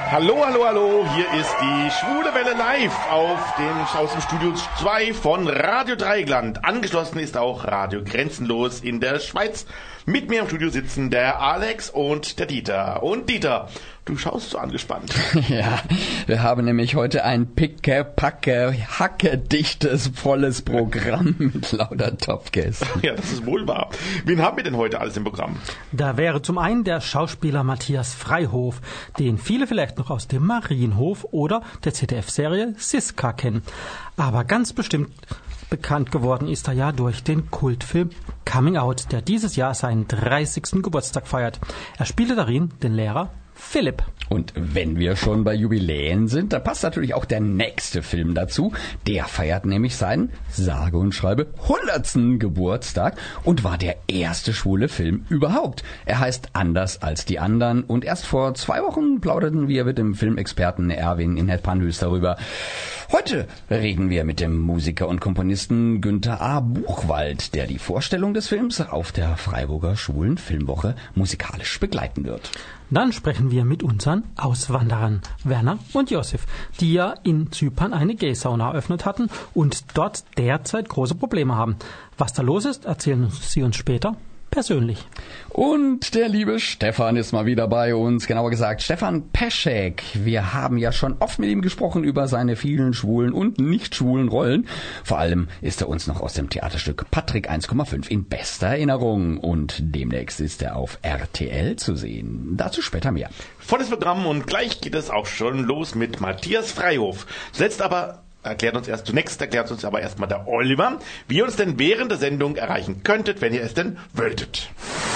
Hallo, hallo, hallo, hier ist die Schwule Welle live aus dem Studio 2 von Radio Dreieckland. Angeschlossen ist auch Radio Grenzenlos in der Schweiz. Mit mir im Studio sitzen der Alex und der Dieter. Und Dieter, du schaust so angespannt. Ja, wir haben nämlich heute ein picke-packe, hackedichtes, volles Programm mit lauter Topgästen. Ja, das ist wohl wahr. Wen haben wir denn heute alles im Programm? Da wäre zum einen der Schauspieler Matthias Freihof, den viele vielleicht noch aus dem Marienhof oder der ZDF-Serie Siska kennen. Aber ganz bestimmt bekannt geworden ist er ja durch den Kultfilm Coming Out, der dieses Jahr seinen 30. Geburtstag feiert. Er spielte darin den Lehrer Philipp. Und wenn wir schon bei Jubiläen sind, da passt natürlich auch der nächste Film dazu. Der feiert nämlich seinen, sage und schreibe, 100. Geburtstag und war der erste schwule Film überhaupt. Er heißt Anders als die anderen und erst vor 2 Wochen plauderten wir mit dem Filmexperten Erwin Inhet-Panhüs darüber. Heute reden wir mit dem Musiker und Komponisten Günther A. Buchwald, der die Vorstellung des Films auf der Freiburger Schwulen Filmwoche musikalisch begleiten wird. Dann sprechen wir mit unseren Auswanderern, Werner und Josef, die ja in Zypern eine Gay-Sauna eröffnet hatten und dort derzeit große Probleme haben. Was da los ist, erzählen sie uns später persönlich. Und der liebe Stefan ist mal wieder bei uns, genauer gesagt Stefan Peschek. Wir haben ja schon oft mit ihm gesprochen über seine vielen schwulen und nicht schwulen Rollen. Vor allem ist er uns noch aus dem Theaterstück Patrick 1,5 in bester Erinnerung und demnächst ist er auf RTL zu sehen. Dazu später mehr. Volles Programm und gleich geht es auch schon los mit Matthias Freihof. Zunächst erklärt uns aber erstmal der Oliver, wie ihr uns denn während der Sendung erreichen könntet, wenn ihr es denn wolltet.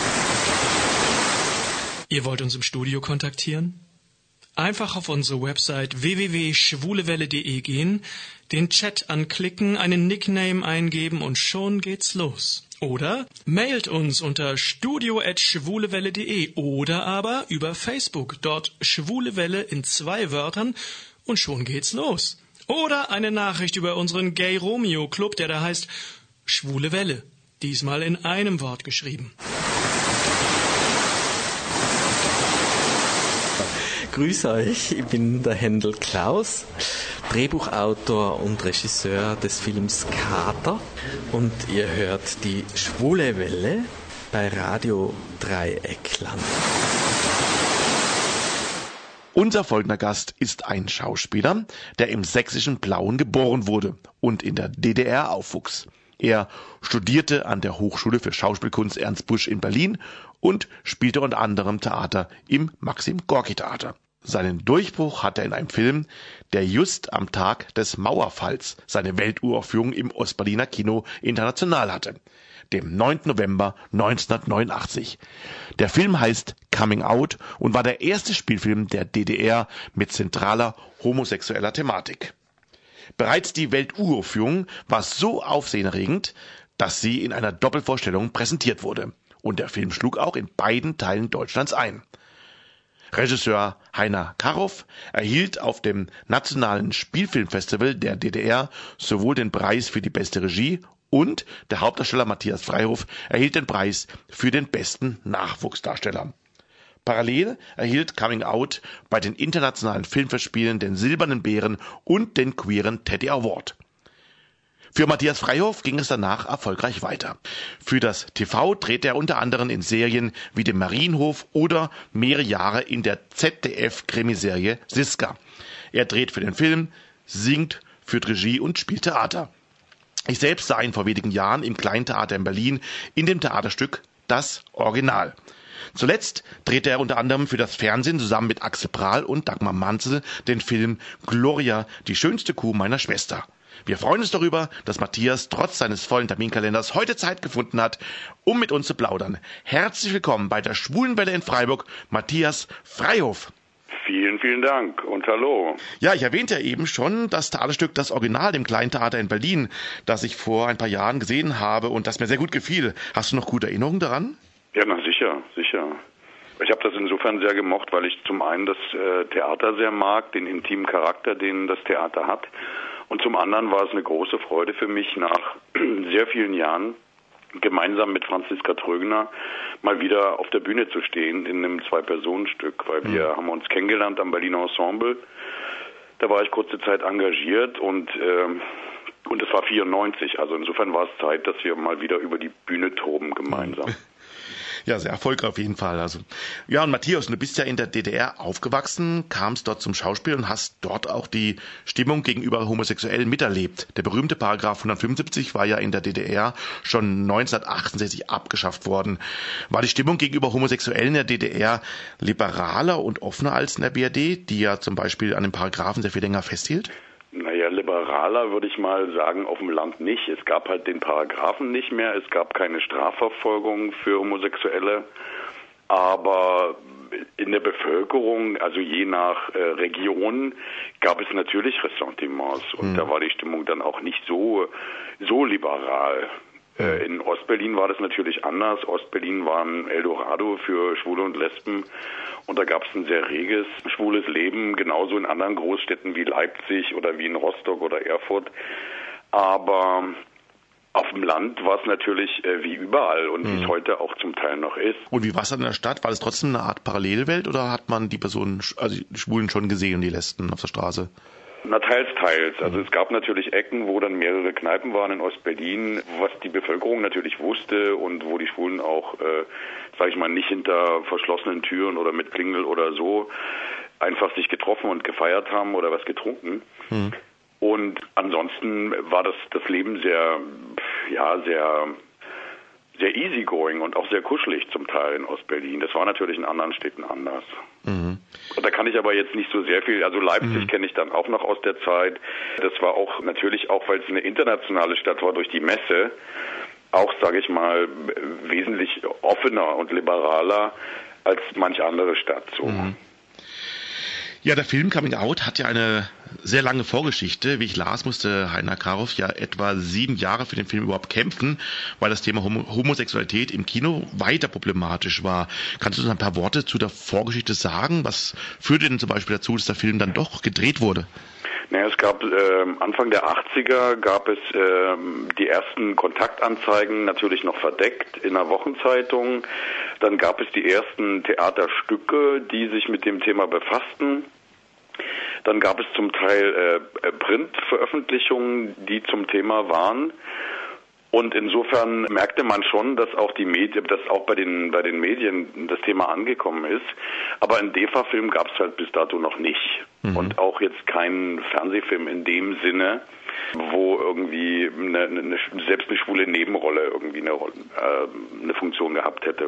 Ihr wollt uns im Studio kontaktieren? Einfach auf unsere Website www.schwulewelle.de gehen, den Chat anklicken, einen Nickname eingeben und schon geht's los. Oder mailt uns unter studio@schwulewelle.de oder aber über Facebook, dort Schwulewelle in 2 Wörtern und schon geht's los. Oder eine Nachricht über unseren Gay Romeo Club, der da heißt Schwule Welle. Diesmal in einem Wort geschrieben. Grüß euch, ich bin der Händel Klaus, Drehbuchautor und Regisseur des Films Kater und ihr hört die Schwule Welle bei Radio Dreieckland. Unser folgender Gast ist ein Schauspieler, der im sächsischen Plauen geboren wurde und in der DDR aufwuchs. Er studierte an der Hochschule für Schauspielkunst Ernst Busch in Berlin und spielte unter anderem Theater im Maxim-Gorki-Theater. Seinen Durchbruch hat er in einem Film, der just am Tag des Mauerfalls seine Welturaufführung im Ostberliner Kino International hatte, dem 9. November 1989. Der Film heißt Coming Out und war der erste Spielfilm der DDR mit zentraler homosexueller Thematik. Bereits die Welturaufführung war so aufsehenerregend, dass sie in einer Doppelvorstellung präsentiert wurde. Und der Film schlug auch in beiden Teilen Deutschlands ein. Regisseur Heiner Karow erhielt auf dem Nationalen Spielfilmfestival der DDR sowohl den Preis für die beste Regie und der Hauptdarsteller Matthias Freihof erhielt den Preis für den besten Nachwuchsdarsteller. Parallel erhielt Coming Out bei den internationalen Filmfestspielen den Silbernen Bären und den Queeren Teddy Award. Für Matthias Freihof ging es danach erfolgreich weiter. Für das TV drehte er unter anderem in Serien wie dem Marienhof oder mehrere Jahre in der ZDF-Krimiserie Siska. Er dreht für den Film, singt, führt Regie und spielt Theater. Ich selbst sah ihn vor wenigen Jahren im Kleinen Theater in Berlin in dem Theaterstück Das Original. Zuletzt drehte er unter anderem für das Fernsehen zusammen mit Axel Prahl und Dagmar Manzel den Film Gloria, die schönste Kuh meiner Schwester. Wir freuen uns darüber, dass Matthias trotz seines vollen Terminkalenders heute Zeit gefunden hat, um mit uns zu plaudern. Herzlich willkommen bei der Schwulenwelle in Freiburg, Matthias Freihof. Vielen, vielen Dank und hallo. Ja, ich erwähnte ja eben schon das Theaterstück Das Original im Kleinen Theater in Berlin, das ich vor ein paar Jahren gesehen habe und das mir sehr gut gefiel. Hast du noch gute Erinnerungen daran? Ja, na sicher. Ich habe das insofern sehr gemocht, weil ich zum einen das Theater sehr mag, den intimen Charakter, den das Theater hat. Und zum anderen war es eine große Freude für mich, nach sehr vielen Jahren gemeinsam mit Franziska Trögner mal wieder auf der Bühne zu stehen in einem 2-Personen-Stück, weil wir haben uns kennengelernt am Berliner Ensemble. Da war ich kurze Zeit engagiert und es war 94, also insofern war es Zeit, dass wir mal wieder über die Bühne toben gemeinsam. Ja, sehr erfolgreich auf jeden Fall. Also ja, und Matthias, du bist ja in der DDR aufgewachsen, kamst dort zum Schauspiel und hast dort auch die Stimmung gegenüber Homosexuellen miterlebt. Der berühmte Paragraph 175 war ja in der DDR schon 1968 abgeschafft worden. War die Stimmung gegenüber Homosexuellen in der DDR liberaler und offener als in der BRD, die ja zum Beispiel an den Paragraphen sehr viel länger festhielt? Naja, liberaler würde ich mal sagen, auf dem Land nicht. Es gab halt den Paragraphen nicht mehr, es gab keine Strafverfolgung für Homosexuelle, aber in der Bevölkerung, also je nach Region, gab es natürlich Ressentiments und da war die Stimmung dann auch nicht so liberal. In Ostberlin war das natürlich anders. Ostberlin war ein Eldorado für Schwule und Lesben und da gab es ein sehr reges schwules Leben, genauso in anderen Großstädten wie Leipzig oder wie in Rostock oder Erfurt. Aber auf dem Land war es natürlich wie überall und wie es heute auch zum Teil noch ist. Und wie war es dann in der Stadt? War das trotzdem eine Art Parallelwelt oder hat man die Personen, also die Schwulen schon gesehen, die Lesben auf der Straße? Na, teils. Also es gab natürlich Ecken, wo dann mehrere Kneipen waren in Ostberlin, was die Bevölkerung natürlich wusste und wo die Schwulen auch, sage ich mal, nicht hinter verschlossenen Türen oder mit Klingel oder so einfach sich getroffen und gefeiert haben oder was getrunken. Und ansonsten war das Leben sehr easygoing und auch sehr kuschelig zum Teil in Ostberlin. Das war natürlich in anderen Städten anders. Und da kann ich aber jetzt nicht so sehr viel, also Leipzig kenne ich dann auch noch aus der Zeit. Das war auch natürlich auch, weil es eine internationale Stadt war durch die Messe, auch, sage ich mal, wesentlich offener und liberaler als manch andere Stadt. So. Ja, der Film Coming Out hat ja eine sehr lange Vorgeschichte. Wie ich las, musste Heiner Karow ja etwa 7 Jahre für den Film überhaupt kämpfen, weil das Thema Homosexualität im Kino weiter problematisch war. Kannst du uns ein paar Worte zu der Vorgeschichte sagen? Was führte denn zum Beispiel dazu, dass der Film dann doch gedreht wurde? Naja, es gab Anfang der 80er gab es die ersten Kontaktanzeigen, natürlich noch verdeckt in einer Wochenzeitung. Dann gab es die ersten Theaterstücke, die sich mit dem Thema befassten. Dann gab es zum Teil Printveröffentlichungen, die zum Thema waren. Und insofern merkte man schon, dass auch dass auch bei den Medien das Thema angekommen ist. Aber einen DEFA-Film gab es halt bis dato noch nicht. Und auch jetzt keinen Fernsehfilm in dem Sinne, wo irgendwie selbst eine schwule Nebenrolle irgendwie eine Funktion gehabt hätte.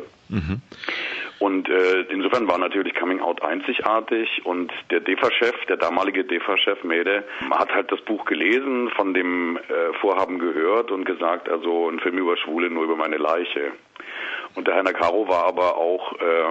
Und insofern war natürlich Coming Out einzigartig und der damalige DEFA-Chef Mede, hat halt das Buch gelesen, von dem Vorhaben gehört und gesagt, also ein Film über Schwule, nur über meine Leiche. Und der Heiner Karow war aber auch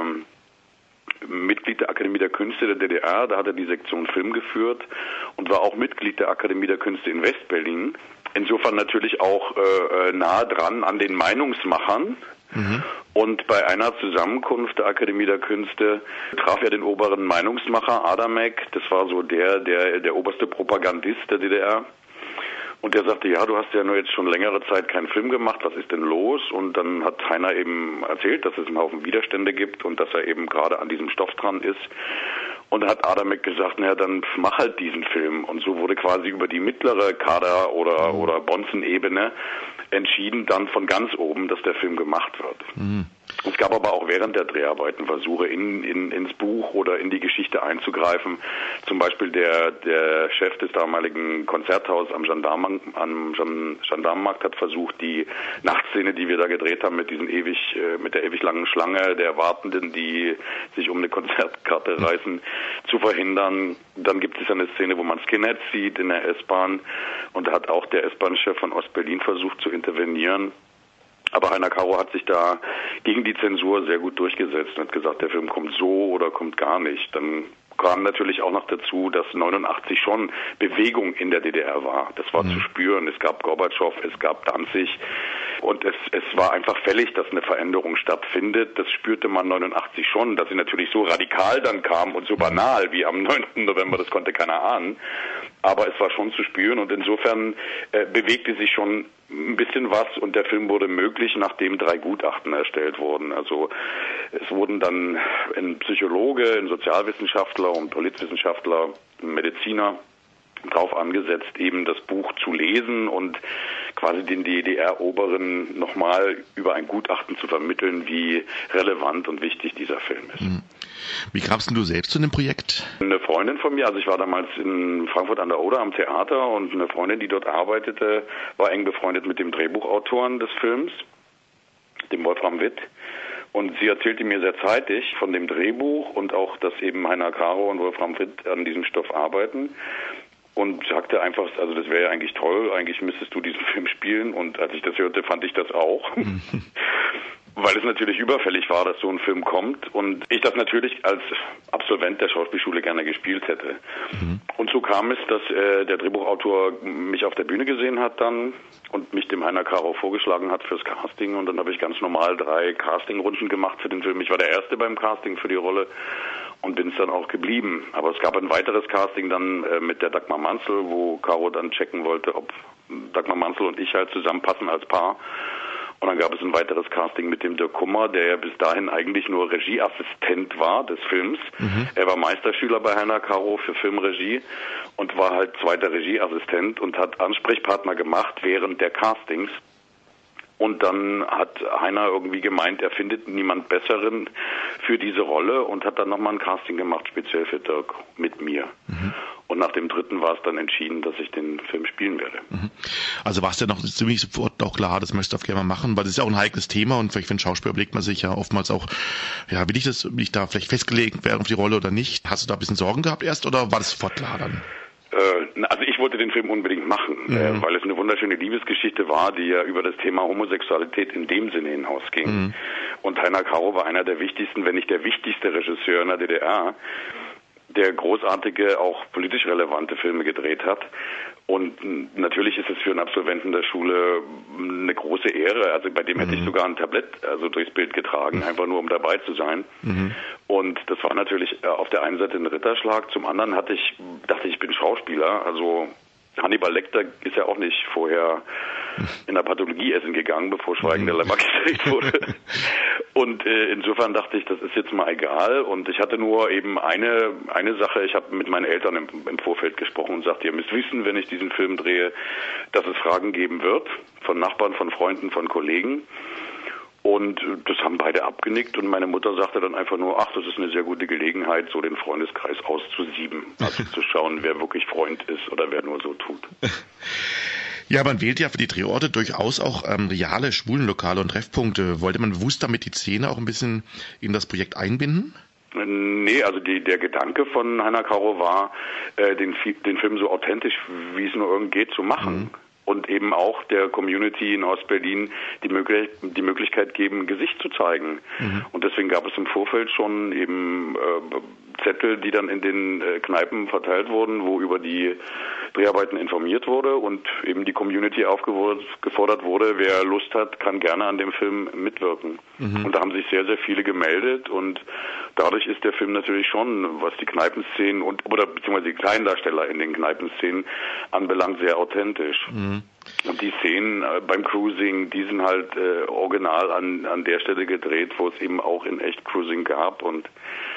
Mitglied der Akademie der Künste der DDR, da hat er die Sektion Film geführt und war auch Mitglied der Akademie der Künste in Westberlin. Insofern natürlich auch nah dran an den Meinungsmachern. Und bei einer Zusammenkunft der Akademie der Künste traf er den oberen Meinungsmacher Adamek, das war so der oberste Propagandist der DDR. Und der sagte, ja, du hast ja nur jetzt schon längere Zeit keinen Film gemacht, was ist denn los? Und dann hat Heiner eben erzählt, dass es einen Haufen Widerstände gibt und dass er eben gerade an diesem Stoff dran ist. Und da hat Adamek gesagt, naja, dann mach halt diesen Film. Und so wurde quasi über die mittlere Kader- oder Bonzen-Ebene entschieden, dann von ganz oben, dass der Film gemacht wird. Es gab aber auch während der Dreharbeiten Versuche, ins Buch oder in die Geschichte einzugreifen. Zum Beispiel der Chef des damaligen Konzerthauses am Gendarmenmarkt hat versucht, die Nachtszene, die wir da gedreht haben, mit der ewig langen Schlange der Wartenden, die sich um eine Konzertkarte reißen, zu verhindern. Dann gibt es eine Szene, wo man Skinheads sieht in der S-Bahn und da hat auch der S-Bahn-Chef von Ostberlin versucht zu intervenieren. Aber Heiner Karow hat sich da gegen die Zensur sehr gut durchgesetzt und hat gesagt, der Film kommt so oder kommt gar nicht. Dann kam natürlich auch noch dazu, dass 89 schon Bewegung in der DDR war. Das war zu spüren. Es gab Gorbatschow, es gab Danzig Und es war einfach fällig, dass eine Veränderung stattfindet. Das spürte man 89 schon, dass sie natürlich so radikal dann kam und so banal wie am 9. November, das konnte keiner ahnen. Aber es war schon zu spüren und insofern bewegte sich schon ein bisschen was und der Film wurde möglich, nachdem 3 Gutachten erstellt wurden. Also es wurden dann ein Psychologe, ein Sozialwissenschaftler und Politwissenschaftler, ein Mediziner drauf angesetzt, eben das Buch zu lesen und quasi den DDR-Oberen nochmal über ein Gutachten zu vermitteln, wie relevant und wichtig dieser Film ist. Wie kamst denn du selbst zu dem Projekt? Eine Freundin von mir, also ich war damals in Frankfurt an der Oder am Theater und eine Freundin, die dort arbeitete, war eng befreundet mit dem Drehbuchautoren des Films, dem Wolfram Witt. Und sie erzählte mir sehr zeitig von dem Drehbuch und auch, dass eben Heiner Caro und Wolfram Witt an diesem Stoff arbeiten. Und sagte einfach, also das wäre ja eigentlich toll, eigentlich müsstest du diesen Film spielen. Und als ich das hörte, fand ich das auch. Weil es natürlich überfällig war, dass so ein Film kommt. Und ich das natürlich als Absolvent der Schauspielschule gerne gespielt hätte. Und so kam es, dass der Drehbuchautor mich auf der Bühne gesehen hat dann und mich dem Heiner Caro vorgeschlagen hat fürs Casting. Und dann habe ich ganz normal 3 Castingrunden gemacht für den Film. Ich war der Erste beim Casting für die Rolle. Und bin es dann auch geblieben. Aber es gab ein weiteres Casting dann mit der Dagmar Manzel, wo Caro dann checken wollte, ob Dagmar Manzel und ich halt zusammenpassen als Paar. Und dann gab es ein weiteres Casting mit dem Dirk Kummer, der ja bis dahin eigentlich nur Regieassistent war des Films. Er war Meisterschüler bei Heiner Caro für Filmregie und war halt zweiter Regieassistent und hat Ansprechpartner gemacht während der Castings. Und dann hat Heiner irgendwie gemeint, er findet niemand Besseren für diese Rolle und hat dann nochmal ein Casting gemacht, speziell für Dirk mit mir. Und nach dem 3. war es dann entschieden, dass ich den Film spielen werde. Also war es ja noch ziemlich sofort auch klar, das möchtest du auf jeden Fall machen, weil das ist ja auch ein heikles Thema und vielleicht für einen Schauspieler überlegt man sich ja oftmals auch, ja, will ich da vielleicht festgelegt werden auf die Rolle oder nicht? Hast du da ein bisschen Sorgen gehabt erst oder war das sofort klar dann? Also ich wollte den Film unbedingt machen, weil es eine wunderschöne Liebesgeschichte war, die ja über das Thema Homosexualität in dem Sinne hinausging. Und Heiner Caro war einer der wichtigsten, wenn nicht der wichtigste Regisseur in der DDR, der großartige, auch politisch relevante Filme gedreht hat. Und natürlich ist es für einen Absolventen der Schule eine große Ehre. Also bei dem hätte ich sogar ein Tablett durchs Bild getragen, einfach nur um dabei zu sein. Und das war natürlich auf der einen Seite ein Ritterschlag, zum anderen dachte ich bin Schauspieler. Also Hannibal Lecter ist ja auch nicht vorher in der Pathologie essen gegangen, bevor Schweigen der Lämmer gedreht wurde. Und insofern dachte ich, das ist jetzt mal egal. Und ich hatte nur eben eine Sache, ich habe mit meinen Eltern im Vorfeld gesprochen und sagte, ihr müsst wissen, wenn ich diesen Film drehe, dass es Fragen geben wird von Nachbarn, von Freunden, von Kollegen. Und das haben beide abgenickt und meine Mutter sagte dann einfach nur, ach, das ist eine sehr gute Gelegenheit, so den Freundeskreis auszusieben. Also zu schauen, wer wirklich Freund ist oder wer nur so tut. Ja, man wählt ja für die Drehorte durchaus auch reale Schwulenlokale und Treffpunkte. Wollte man bewusst damit die Szene auch ein bisschen in das Projekt einbinden? Nee, also der Gedanke von Heiner Caro war, den Film so authentisch, wie es nur irgend geht, zu machen. Und eben auch der Community in Ostberlin die Möglichkeit geben, ein Gesicht zu zeigen. Und deswegen gab es im Vorfeld schon eben Zettel, die dann in den Kneipen verteilt wurden, wo über die Dreharbeiten informiert wurde und eben die Community aufgefordert wurde, wer Lust hat, kann gerne an dem Film mitwirken. Und da haben sich sehr, sehr viele gemeldet und dadurch ist der Film natürlich schon, was die Kneipenszenen oder beziehungsweise die Kleindarsteller in den Kneipenszenen anbelangt, sehr authentisch. Und die Szenen beim Cruising, die sind halt original an der Stelle gedreht, wo es eben auch in echt Cruising gab und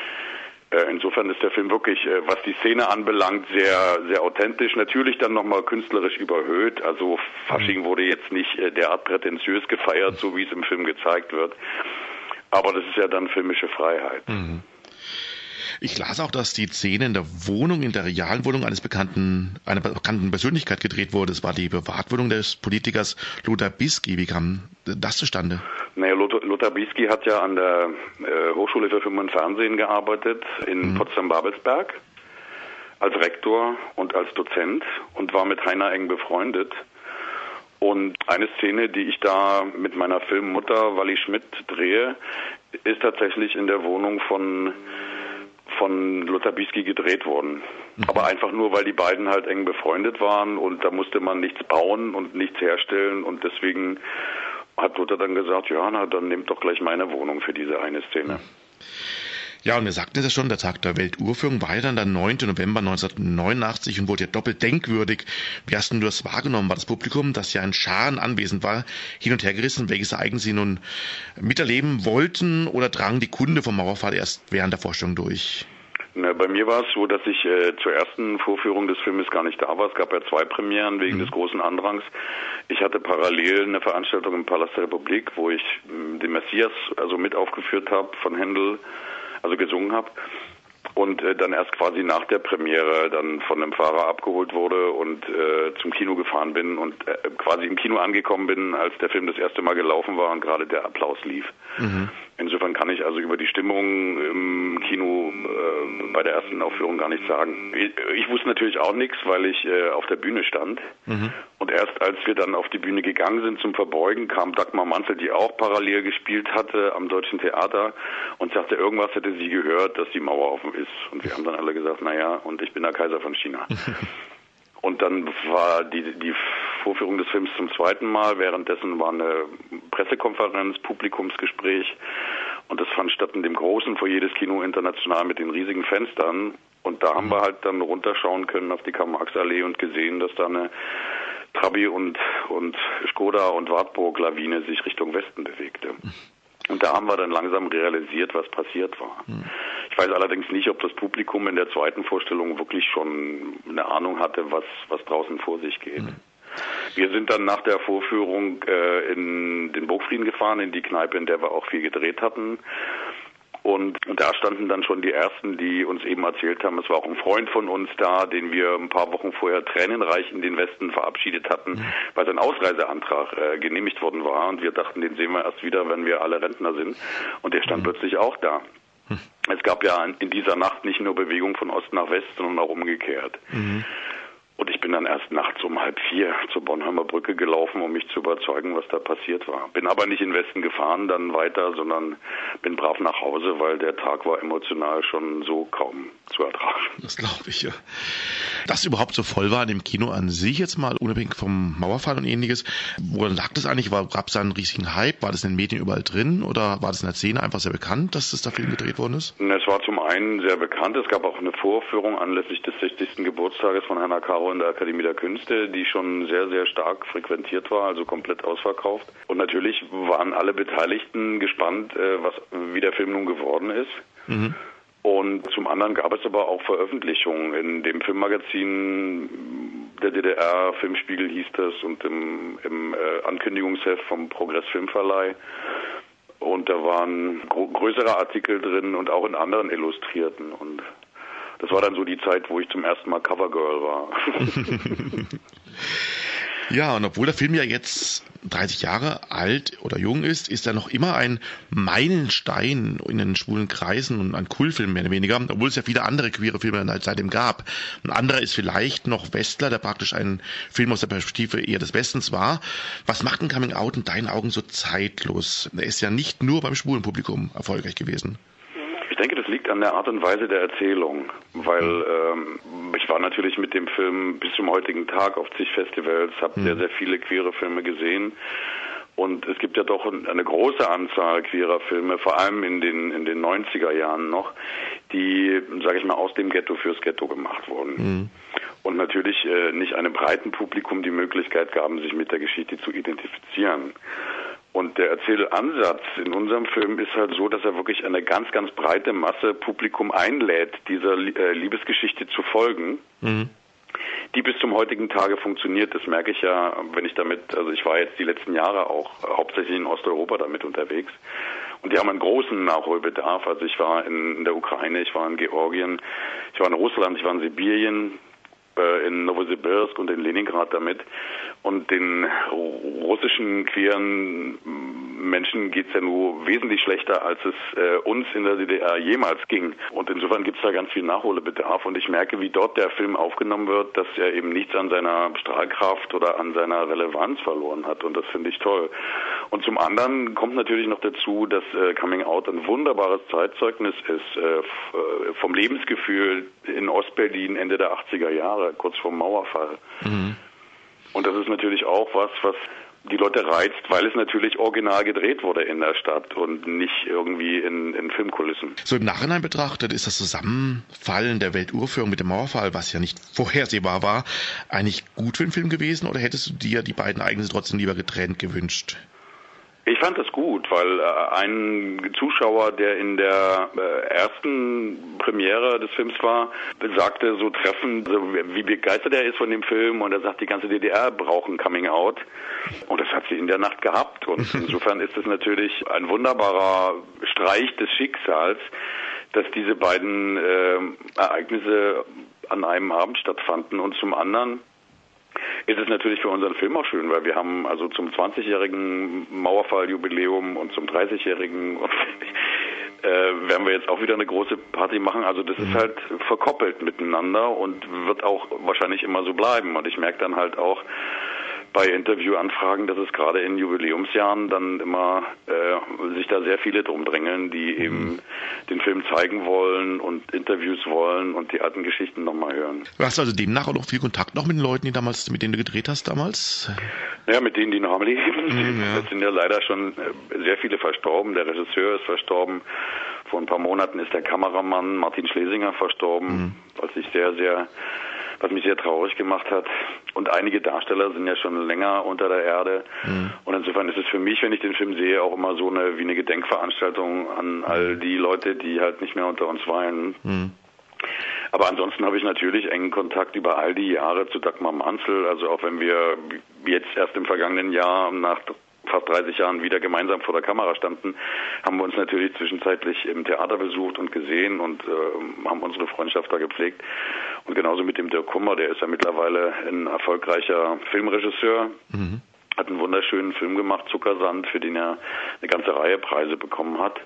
insofern ist der Film wirklich, was die Szene anbelangt, sehr, sehr authentisch. Natürlich dann nochmal künstlerisch überhöht. Also Fasching wurde jetzt nicht derart prätentiös gefeiert, so wie es im Film gezeigt wird. Aber das ist ja dann filmische Freiheit. Ich las auch, dass die Szene in der Wohnung, in der realen Wohnung einer bekannten Persönlichkeit gedreht wurde. Es war die Privatwohnung des Politikers Lothar Bisky. Wie kam das zustande? Naja, Lothar Bisky hat ja an der Hochschule für Film und Fernsehen gearbeitet in Potsdam-Babelsberg als Rektor und als Dozent und war mit Heiner eng befreundet. Und eine Szene, die ich da mit meiner Filmmutter Walli Schmidt drehe, ist tatsächlich in der Wohnung von Lothar Bisky gedreht worden. Aber einfach nur, weil die beiden halt eng befreundet waren und da musste man nichts bauen und nichts herstellen und deswegen hat Luther dann gesagt, ja, na, dann nehmt doch gleich meine Wohnung für diese eine Szene. Ja, und wir sagten es ja schon, der Tag der Welturführung war ja dann der 9. November 1989 und wurde ja doppelt denkwürdig. Wie hast du das wahrgenommen? War das Publikum, das ja in Scharen anwesend war, hin und her gerissen, welches Ereignis sie nun miterleben wollten, oder drang die Kunde vom Mauerfall erst während der Vorstellung durch? Na, bei mir war es so, dass ich zur ersten Vorführung des Filmes gar nicht da war. Es gab ja 2 Premieren wegen des großen Andrangs. Ich hatte parallel eine Veranstaltung im Palast der Republik, wo ich den Messias also mit aufgeführt habe von Händel, also gesungen habe. Und dann erst quasi nach der Premiere dann von einem Fahrer abgeholt wurde und zum Kino gefahren bin und quasi im Kino angekommen bin, als der Film das erste Mal gelaufen war und gerade der Applaus lief. Insofern kann ich also über die Stimmung im Kino bei der ersten Aufführung gar nichts sagen. Ich wusste natürlich auch nichts, weil ich auf der Bühne stand. Und erst als wir dann auf die Bühne gegangen sind zum Verbeugen, kam Dagmar Manzel, die auch parallel gespielt hatte am Deutschen Theater, und sagte, irgendwas hätte sie gehört, dass die Mauer offen ist. Und wir haben dann alle gesagt, naja, und ich bin der Kaiser von China. Und dann war die Vorführung des Films zum zweiten Mal. Währenddessen war eine Pressekonferenz, Publikumsgespräch. Und das fand statt in dem großen Foyer des Kino International mit den riesigen Fenstern. Und da haben wir halt dann runterschauen können auf die Karl-Marx-Allee und gesehen, dass da eine Trabi und Skoda und Wartburg-Lawine sich Richtung Westen bewegte. Und da haben wir dann langsam realisiert, was passiert war. Ich weiß allerdings nicht, ob das Publikum in der zweiten Vorstellung wirklich schon eine Ahnung hatte, was draußen vor sich geht. Wir sind dann nach der Vorführung in den Burgfrieden gefahren, in die Kneipe, in der wir auch viel gedreht hatten. Und da standen dann schon die Ersten, die uns eben erzählt haben, es war auch ein Freund von uns da, den wir ein paar Wochen vorher tränenreich in den Westen verabschiedet hatten, weil sein Ausreiseantrag genehmigt worden war. Und wir dachten, den sehen wir erst wieder, wenn wir alle Rentner sind. Und der stand plötzlich auch da. Es gab ja in dieser Nacht nicht nur Bewegung von Ost nach West, sondern auch umgekehrt. Und ich bin dann erst nachts um 3:30 zur Bornholmer Brücke gelaufen, um mich zu überzeugen, was da passiert war. Bin aber nicht in den Westen gefahren dann weiter, sondern bin brav nach Hause, weil der Tag war emotional schon so kaum zu ertragen. Das glaube ich, ja. Dass überhaupt so voll war in dem Kino an sich jetzt mal, unabhängig vom Mauerfall und ähnliches, woran lag das eigentlich? Gab es da einen riesigen Hype? War das in den Medien überall drin? Oder war das in der Szene einfach sehr bekannt, dass das da Film gedreht worden ist? Es war zum einen sehr bekannt. Es gab auch eine Vorführung anlässlich des 60. Geburtstages von Hannah Caro in der Akademie der Künste, die schon sehr, sehr stark frequentiert war, also komplett ausverkauft. Und natürlich waren alle Beteiligten gespannt, wie der Film nun geworden ist. Und zum anderen gab es aber auch Veröffentlichungen in dem Filmmagazin der DDR, Filmspiegel hieß das, und im Ankündigungsheft vom Progress Filmverleih. Und da waren größere Artikel drin und auch in anderen Illustrierten. Und das war dann so die Zeit, wo ich zum ersten Mal Covergirl war. Ja, und obwohl der Film ja jetzt 30 Jahre alt oder jung ist er noch immer ein Meilenstein in den schwulen Kreisen und ein Kultfilm mehr oder weniger, obwohl es ja viele andere queere Filme seitdem gab. Ein anderer ist vielleicht noch Westler, der praktisch ein Film aus der Perspektive eher des Westens war. Was macht ein Coming Out in deinen Augen so zeitlos? Er ist ja nicht nur beim schwulen Publikum erfolgreich gewesen. Ich denke, das liegt an der Art und Weise der Erzählung, weil ich war natürlich mit dem Film bis zum heutigen Tag auf zig Festivals, habe sehr, sehr viele queere Filme gesehen, und es gibt ja doch eine große Anzahl queerer Filme, vor allem in den 90er Jahren noch, die, sage ich mal, aus dem Ghetto fürs Ghetto gemacht wurden. Und natürlich nicht einem breiten Publikum die Möglichkeit gaben, sich mit der Geschichte zu identifizieren. Und der Erzählansatz in unserem Film ist halt so, dass er wirklich eine ganz, ganz breite Masse Publikum einlädt, dieser Liebesgeschichte zu folgen, die bis zum heutigen Tage funktioniert. Das merke ich ja, wenn ich ich war jetzt die letzten Jahre auch hauptsächlich in Osteuropa damit unterwegs. Und die haben einen großen Nachholbedarf. Also ich war in der Ukraine, ich war in Georgien, ich war in Russland, ich war in Sibirien, in Novosibirsk und in Leningrad damit. Und den russischen queeren Menschen geht's ja nur wesentlich schlechter, als es uns in der DDR jemals ging. Und insofern gibt's da ganz viel Nachholbedarf. Und ich merke, wie dort der Film aufgenommen wird, dass er eben nichts an seiner Strahlkraft oder an seiner Relevanz verloren hat. Und das finde ich toll. Und zum anderen kommt natürlich noch dazu, dass Coming Out ein wunderbares Zeitzeugnis ist vom Lebensgefühl in Ostberlin Ende der 80er Jahre, kurz vorm Mauerfall. Und das ist natürlich auch was die Leute reizt, weil es natürlich original gedreht wurde in der Stadt und nicht irgendwie in Filmkulissen. So im Nachhinein betrachtet ist das Zusammenfallen der Welturaufführung mit dem Mauerfall, was ja nicht vorhersehbar war, eigentlich gut für den Film gewesen oder hättest du dir die beiden Ereignisse trotzdem lieber getrennt gewünscht? Ich fand das gut, weil ein Zuschauer, der in der ersten Premiere des Films war, sagte so treffend, wie begeistert er ist von dem Film, und er sagt, die ganze DDR braucht ein Coming Out, und das hat sie in der Nacht gehabt, und insofern ist es natürlich ein wunderbarer Streich des Schicksals, dass diese beiden Ereignisse an einem Abend stattfanden. Und zum anderen ist es natürlich für unseren Film auch schön, weil wir haben also zum 20-jährigen Mauerfall-Jubiläum und zum 30-jährigen werden wir jetzt auch wieder eine große Party machen. Also das ist halt verkoppelt miteinander und wird auch wahrscheinlich immer so bleiben. Und ich merke dann halt auch bei Interviewanfragen, dass es gerade in Jubiläumsjahren dann immer sich da sehr viele drum drängeln, die eben den Film zeigen wollen und Interviews wollen und die alten Geschichten nochmal hören. Du hast also demnach auch noch viel Kontakt noch mit den Leuten, mit denen du gedreht hast damals? Ja, mit denen, die noch am Leben sind. Es sind ja leider schon sehr viele verstorben. Der Regisseur ist verstorben. Vor ein paar Monaten ist der Kameramann Martin Schlesinger verstorben, was mich sehr traurig gemacht hat. Und einige Darsteller sind ja schon länger unter der Erde. Und insofern ist es für mich, wenn ich den Film sehe, auch immer so wie eine Gedenkveranstaltung an all die Leute, die halt nicht mehr unter uns weilen. Aber ansonsten habe ich natürlich engen Kontakt über all die Jahre zu Dagmar Manzel. Also auch wenn wir jetzt erst im vergangenen Jahr nach fast 30 Jahren wieder gemeinsam vor der Kamera standen, haben wir uns natürlich zwischenzeitlich im Theater besucht und gesehen und haben unsere Freundschaft da gepflegt. Und genauso mit dem Dirk Kummer, der ist ja mittlerweile ein erfolgreicher Filmregisseur, hat einen wunderschönen Film gemacht, Zuckersand, für den er eine ganze Reihe Preise bekommen hat.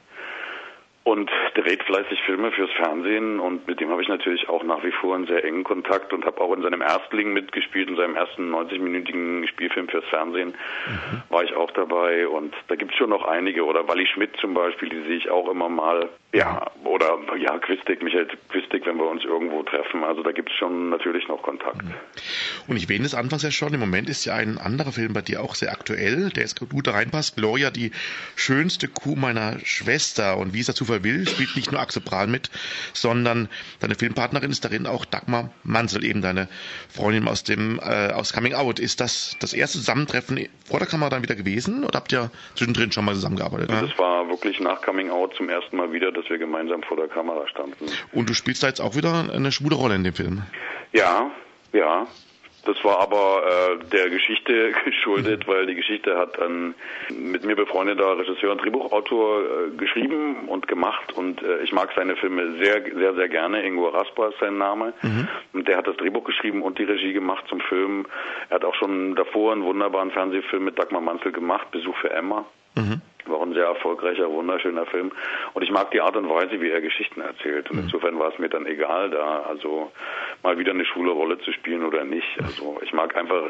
Und dreht fleißig Filme fürs Fernsehen, und mit dem habe ich natürlich auch nach wie vor einen sehr engen Kontakt und habe auch in seinem Erstling mitgespielt, in seinem ersten 90-minütigen Spielfilm fürs Fernsehen war ich auch dabei, und da gibt es schon noch einige, oder Walli Schmidt zum Beispiel, die sehe ich auch immer mal, oder Michael Quistig, wenn wir uns irgendwo treffen, also da gibt es schon natürlich noch Kontakt. Und ich erwähne es anfangs ja schon, im Moment ist ja ein anderer Film bei dir auch sehr aktuell, der ist gut da reinpasst, Gloria, die schönste Kuh meiner Schwester, und wie es dazu will, spielt nicht nur Axel Prahl mit, sondern deine Filmpartnerin ist darin auch Dagmar Manzel, eben deine Freundin aus Coming Out. Ist das erste Zusammentreffen vor der Kamera dann wieder gewesen, oder habt ihr zwischendrin schon mal zusammengearbeitet? Das war wirklich nach Coming Out zum ersten Mal wieder, dass wir gemeinsam vor der Kamera standen. Und du spielst da jetzt auch wieder eine schwule Rolle in dem Film? Ja. Das war aber der Geschichte geschuldet, weil die Geschichte hat ein mit mir befreundeter Regisseur und Drehbuchautor geschrieben und gemacht, und ich mag seine Filme sehr, sehr, sehr gerne. Ingo Raspa ist sein Name, und der hat das Drehbuch geschrieben und die Regie gemacht zum Film. Er hat auch schon davor einen wunderbaren Fernsehfilm mit Dagmar Manzel gemacht, Besuch für Emma. War ein sehr erfolgreicher, wunderschöner Film. Und ich mag die Art und Weise, wie er Geschichten erzählt. Und insofern war es mir dann egal, da also mal wieder eine schwule Rolle zu spielen oder nicht. Also ich mag einfach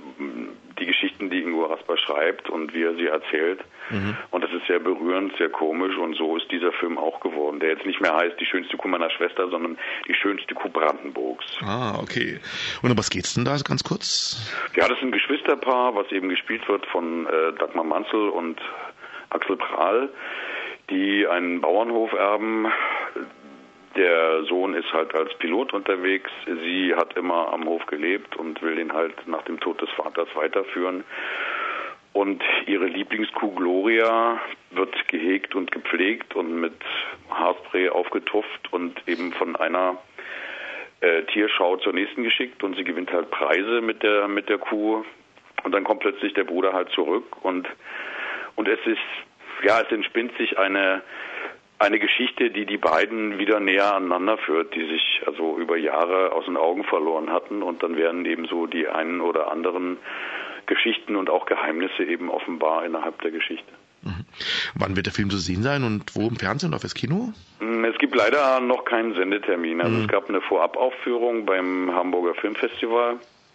die Geschichten, die Ingo Raspa schreibt und wie er sie erzählt. Und das ist sehr berührend, sehr komisch, und so ist dieser Film auch geworden, der jetzt nicht mehr heißt Die schönste Kuh meiner Schwester, sondern Die schönste Kuh Brandenburgs. Ah, okay. Und um was geht's denn da ganz kurz? Ja, das ist ein Geschwisterpaar, was eben gespielt wird von Dagmar Manzel und Axel Prahl, die einen Bauernhof erben. Der Sohn ist halt als Pilot unterwegs. Sie hat immer am Hof gelebt und will ihn halt nach dem Tod des Vaters weiterführen. Und ihre Lieblingskuh Gloria wird gehegt und gepflegt und mit Haarspray aufgetupft und eben von einer Tierschau zur nächsten geschickt, und sie gewinnt halt Preise mit der Kuh, und dann kommt plötzlich der Bruder halt zurück, und es entspinnt sich eine Geschichte, die beiden wieder näher aneinander führt, die sich also über Jahre aus den Augen verloren hatten, und dann werden eben so die einen oder anderen Geschichten und auch Geheimnisse eben offenbar innerhalb der Geschichte. Wann wird der Film zu sehen sein und wo, im Fernsehen oder fürs Kino? Es gibt leider noch keinen Sendetermin. Also es gab eine Vorabaufführung beim Hamburger Filmfestival,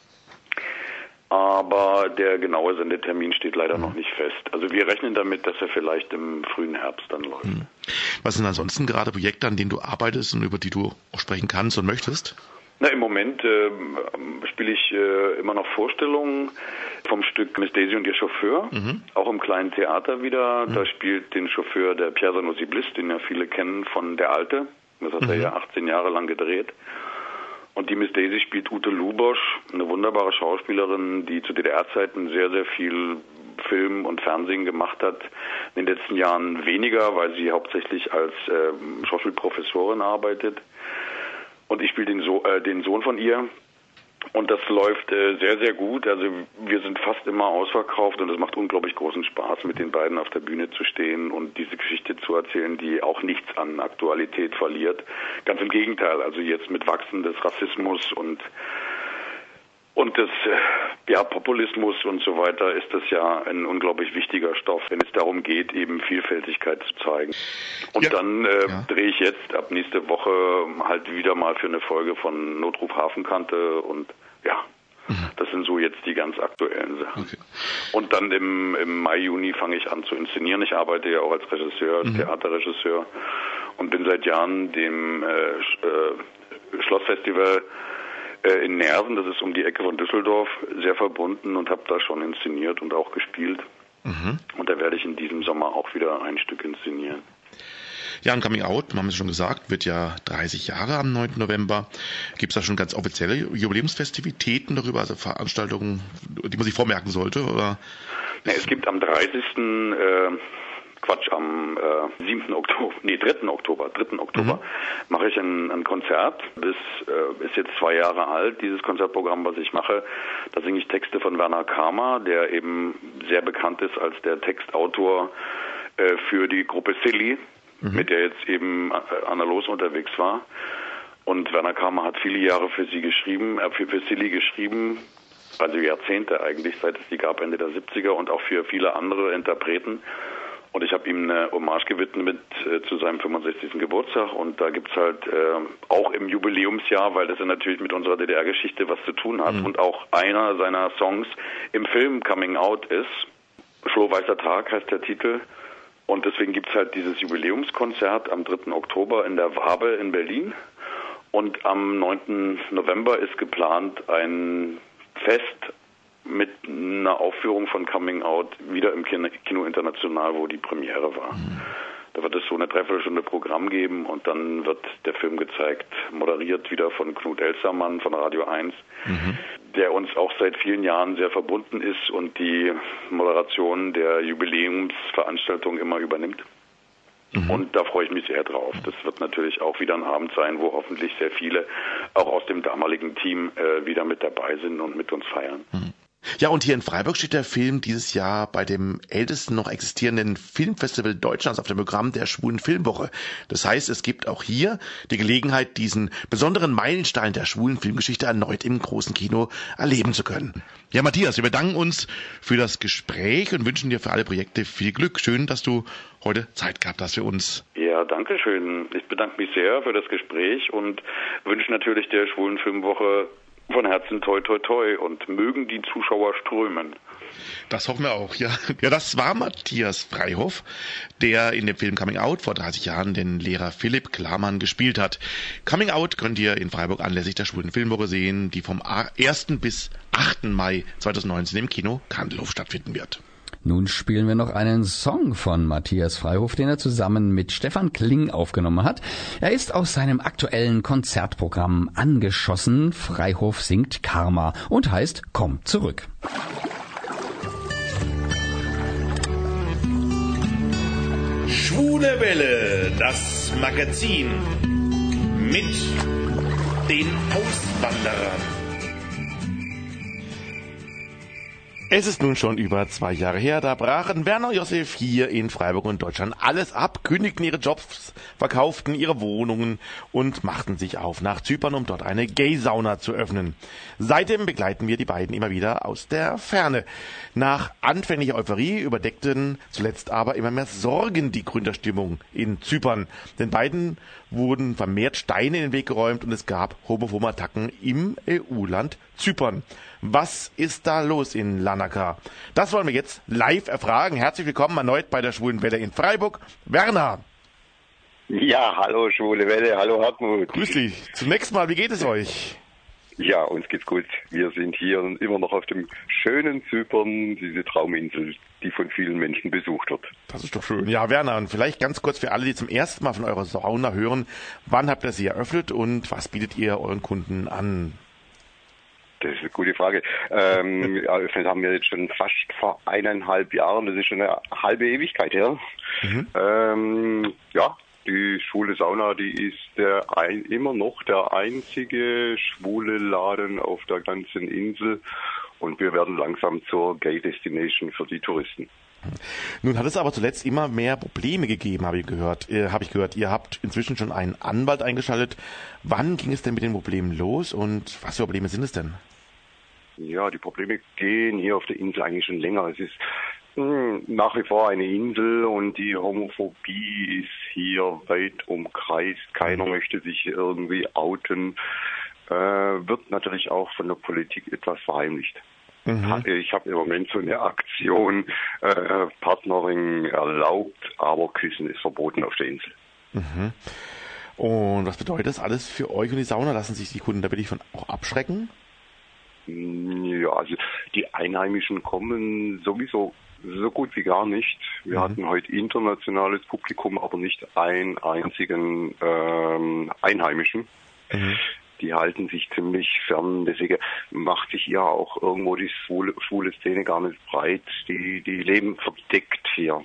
aber der genaue Sendetermin steht leider noch nicht fest. Also wir rechnen damit, dass er vielleicht im frühen Herbst dann läuft. Was sind ansonsten gerade Projekte, an denen du arbeitest und über die du auch sprechen kannst und möchtest? Im Moment spiele ich immer noch Vorstellungen vom Stück Miss Daisy und ihr Chauffeur, auch im kleinen Theater wieder. Da spielt den Chauffeur der Pierre Sanosi-Bliss, den ja viele kennen von Der Alte. Das hat er ja 18 Jahre lang gedreht. Und die Miss Daisy spielt Ute Lubosch, eine wunderbare Schauspielerin, die zu DDR-Zeiten sehr, sehr viel Film und Fernsehen gemacht hat. In den letzten Jahren weniger, weil sie hauptsächlich als Schauspielprofessorin arbeitet. Und ich spiele den Sohn von ihr. Und das läuft sehr, sehr gut. Also wir sind fast immer ausverkauft und es macht unglaublich großen Spaß, mit den beiden auf der Bühne zu stehen und diese Geschichte zu erzählen, die auch nichts an Aktualität verliert. Ganz im Gegenteil, also jetzt mit Wachsen des Rassismus und des Populismus und so weiter ist das ja ein unglaublich wichtiger Stoff, wenn es darum geht, eben Vielfältigkeit zu zeigen. Und dann drehe ich jetzt ab nächste Woche halt wieder mal für eine Folge von Notruf Hafenkante und das sind so jetzt die ganz aktuellen Sachen. Okay. Und dann im Mai, Juni fange ich an zu inszenieren. Ich arbeite ja auch als Regisseur, als Theaterregisseur und bin seit Jahren dem Schlossfestival in Nersen, das ist um die Ecke von Düsseldorf, sehr verbunden und habe da schon inszeniert und auch gespielt. Und da werde ich in diesem Sommer auch wieder ein Stück inszenieren. Ja, und Coming Out, haben wir schon gesagt, wird ja 30 Jahre am 9. November. Gibt es da schon ganz offizielle Jubiläumsfestivitäten darüber, also Veranstaltungen, die man sich vormerken sollte? Oder? Es gibt am 30. Am 3. Oktober mache ich ein Konzert. Ist jetzt 2 Jahre alt, dieses Konzertprogramm, was ich mache. Da singe ich Texte von Werner Kamer, der eben sehr bekannt ist als der Textautor für die Gruppe Silly, mit der jetzt eben Anna Los unterwegs war. Und Werner Kamer hat viele Jahre für Silly geschrieben, also Jahrzehnte eigentlich, seit es die gab, Ende der 70er und auch für viele andere Interpreten. Und ich habe ihm eine Hommage gewidmet zu seinem 65. Geburtstag. Und da gibt's halt auch im Jubiläumsjahr, weil das ja natürlich mit unserer DDR-Geschichte was zu tun hat und auch einer seiner Songs im Film Coming Out ist. Schlohweißer Tag heißt der Titel. Und deswegen gibt's halt dieses Jubiläumskonzert am 3. Oktober in der Wabe in Berlin. Und am 9. November ist geplant ein Fest mit einer Aufführung von Coming Out wieder im Kino International, wo die Premiere war. Da wird es so eine Dreiviertelstunde Programm geben und dann wird der Film gezeigt, moderiert wieder von Knut Elstermann von Radio 1, der uns auch seit vielen Jahren sehr verbunden ist und die Moderation der Jubiläumsveranstaltung immer übernimmt. Und da freue ich mich sehr drauf. Das wird natürlich auch wieder ein Abend sein, wo hoffentlich sehr viele auch aus dem damaligen Team wieder mit dabei sind und mit uns feiern. Ja, und hier in Freiburg steht der Film dieses Jahr bei dem ältesten noch existierenden Filmfestival Deutschlands auf dem Programm der Schwulen Filmwoche. Das heißt, es gibt auch hier die Gelegenheit, diesen besonderen Meilenstein der schwulen Filmgeschichte erneut im großen Kino erleben zu können. Ja, Matthias, wir bedanken uns für das Gespräch und wünschen dir für alle Projekte viel Glück. Schön, dass du heute Zeit gehabt hast für uns. Ja, danke schön. Ich bedanke mich sehr für das Gespräch und wünsche natürlich der Schwulen Filmwoche von Herzen toi toi toi und mögen die Zuschauer strömen. Das hoffen wir auch, ja. Ja, das war Matthias Freihof, der in dem Film Coming Out vor 30 Jahren den Lehrer Philipp Klamann gespielt hat. Coming Out könnt ihr in Freiburg anlässlich der Schwulen Filmwoche sehen, die vom 1. bis 8. Mai 2019 im Kino Kandelhof stattfinden wird. Nun spielen wir noch einen Song von Matthias Freihof, den er zusammen mit Stefan Kling aufgenommen hat. Er ist aus seinem aktuellen Konzertprogramm angeschossen. Freihof singt Karma und heißt Komm zurück. Schwule Welle, das Magazin mit den Auswanderern. Es ist nun schon über 2 Jahre her, da brachen Werner und Josef hier in Freiburg und Deutschland alles ab, kündigten ihre Jobs, verkauften ihre Wohnungen und machten sich auf nach Zypern, um dort eine Gay-Sauna zu öffnen. Seitdem begleiten wir die beiden immer wieder aus der Ferne. Nach anfänglicher Euphorie überdeckten zuletzt aber immer mehr Sorgen die Gründerstimmung in Zypern. Den beiden wurden vermehrt Steine in den Weg geräumt und es gab homophobe Attacken im EU-Land Zypern. Was ist da los in Larnaca? Das wollen wir jetzt live erfragen. Herzlich willkommen erneut bei der Schwulen Welle in Freiburg. Werner. Ja, hallo Schwule Welle, hallo Hartmut. Grüß dich. Zunächst mal, wie geht es euch? Ja, uns geht's gut. Wir sind hier immer noch auf dem schönen Zypern, diese Trauminsel, die von vielen Menschen besucht wird. Das ist doch schön. Ja, Werner, und vielleicht ganz kurz für alle, die zum ersten Mal von eurer Sauna hören, wann habt ihr sie eröffnet und was bietet ihr euren Kunden an? Das ist eine gute Frage. Eröffnet haben wir jetzt schon fast vor 1,5 Jahren, das ist schon eine halbe Ewigkeit her. Die schwule Sauna, die ist immer noch der einzige schwule Laden auf der ganzen Insel und wir werden langsam zur Gay Destination für die Touristen. Nun hat es aber zuletzt immer mehr Probleme gegeben, habe ich gehört. Ihr habt inzwischen schon einen Anwalt eingeschaltet. Wann ging es denn mit den Problemen los und was für Probleme sind es denn? Ja, die Probleme gehen hier auf der Insel eigentlich schon länger. Es ist nach wie vor eine Insel und die Homophobie ist hier weit umkreist. Keiner möchte sich irgendwie outen. Wird natürlich auch von der Politik etwas verheimlicht. Ich habe im Moment so eine Aktion, Partnering erlaubt, aber Küssen ist verboten auf der Insel. Und was bedeutet das alles für euch und die Sauna? Lassen sich die Kunden da wirklich von auch abschrecken? Ja, also die Einheimischen kommen sowieso so gut wie gar nicht. Wir hatten heute internationales Publikum, aber nicht einen einzigen Einheimischen. Die halten sich ziemlich fern, deswegen macht sich ja auch irgendwo die schwule Szene gar nicht breit. Die leben verdeckt hier.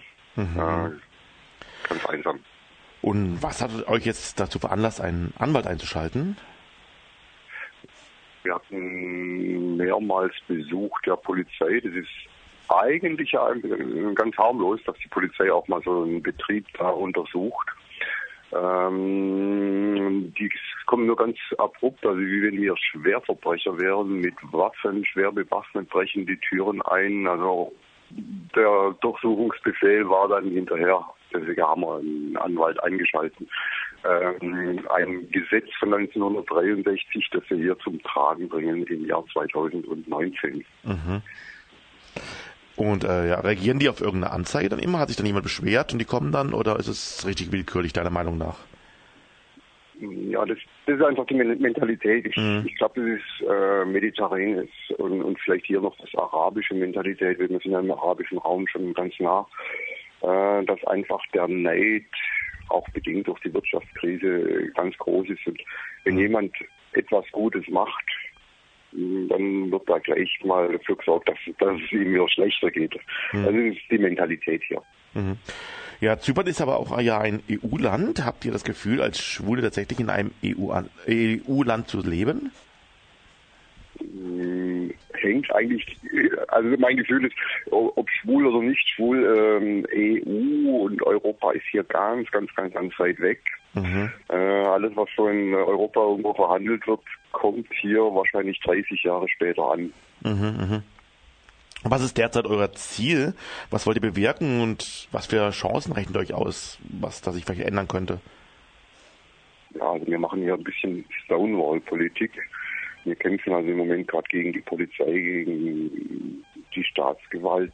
Ganz einsam. Und was hat euch jetzt dazu veranlasst, einen Anwalt einzuschalten? Wir hatten mehrmals Besuch der Polizei. Das ist eigentlich ja ganz harmlos, dass die Polizei auch mal so einen Betrieb da untersucht. Die kommen nur ganz abrupt, also wie wenn wir Schwerverbrecher wären, mit Waffen, schwer bewaffnet, brechen die Türen ein. Also der Durchsuchungsbefehl war dann hinterher. Deswegen haben wir einen Anwalt eingeschaltet. Ein Gesetz von 1963, das wir hier zum Tragen bringen im Jahr 2019. Und reagieren die auf irgendeine Anzeige dann immer? Hat sich dann jemand beschwert und die kommen dann? Oder ist es richtig willkürlich, deiner Meinung nach? Ja, das ist einfach die Mentalität. Ich glaube, das ist mediterran und vielleicht hier noch das arabische Mentalität. Wir sind ja im arabischen Raum schon ganz nah. Dass einfach der Neid, auch bedingt durch die Wirtschaftskrise, ganz groß ist. Und wenn jemand etwas Gutes macht, dann wird da gleich mal dafür gesorgt, dass es ihm wieder schlechter geht. Das ist die Mentalität hier. Ja, Zypern ist aber auch ein EU-Land. Habt ihr das Gefühl, als Schwule tatsächlich in einem EU-Land zu leben? Hängt eigentlich, also mein Gefühl ist, ob schwul oder nicht schwul, EU und Europa ist hier ganz weit weg. Alles, was so in Europa irgendwo verhandelt wird, kommt hier wahrscheinlich 30 Jahre später an. Was ist derzeit euer Ziel? Was wollt ihr bewirken und was für Chancen rechnet euch aus, was da sich vielleicht ändern könnte? Ja, also wir machen hier ein bisschen Stonewall-Politik. Wir kämpfen also im Moment gerade gegen die Polizei, gegen die Staatsgewalt.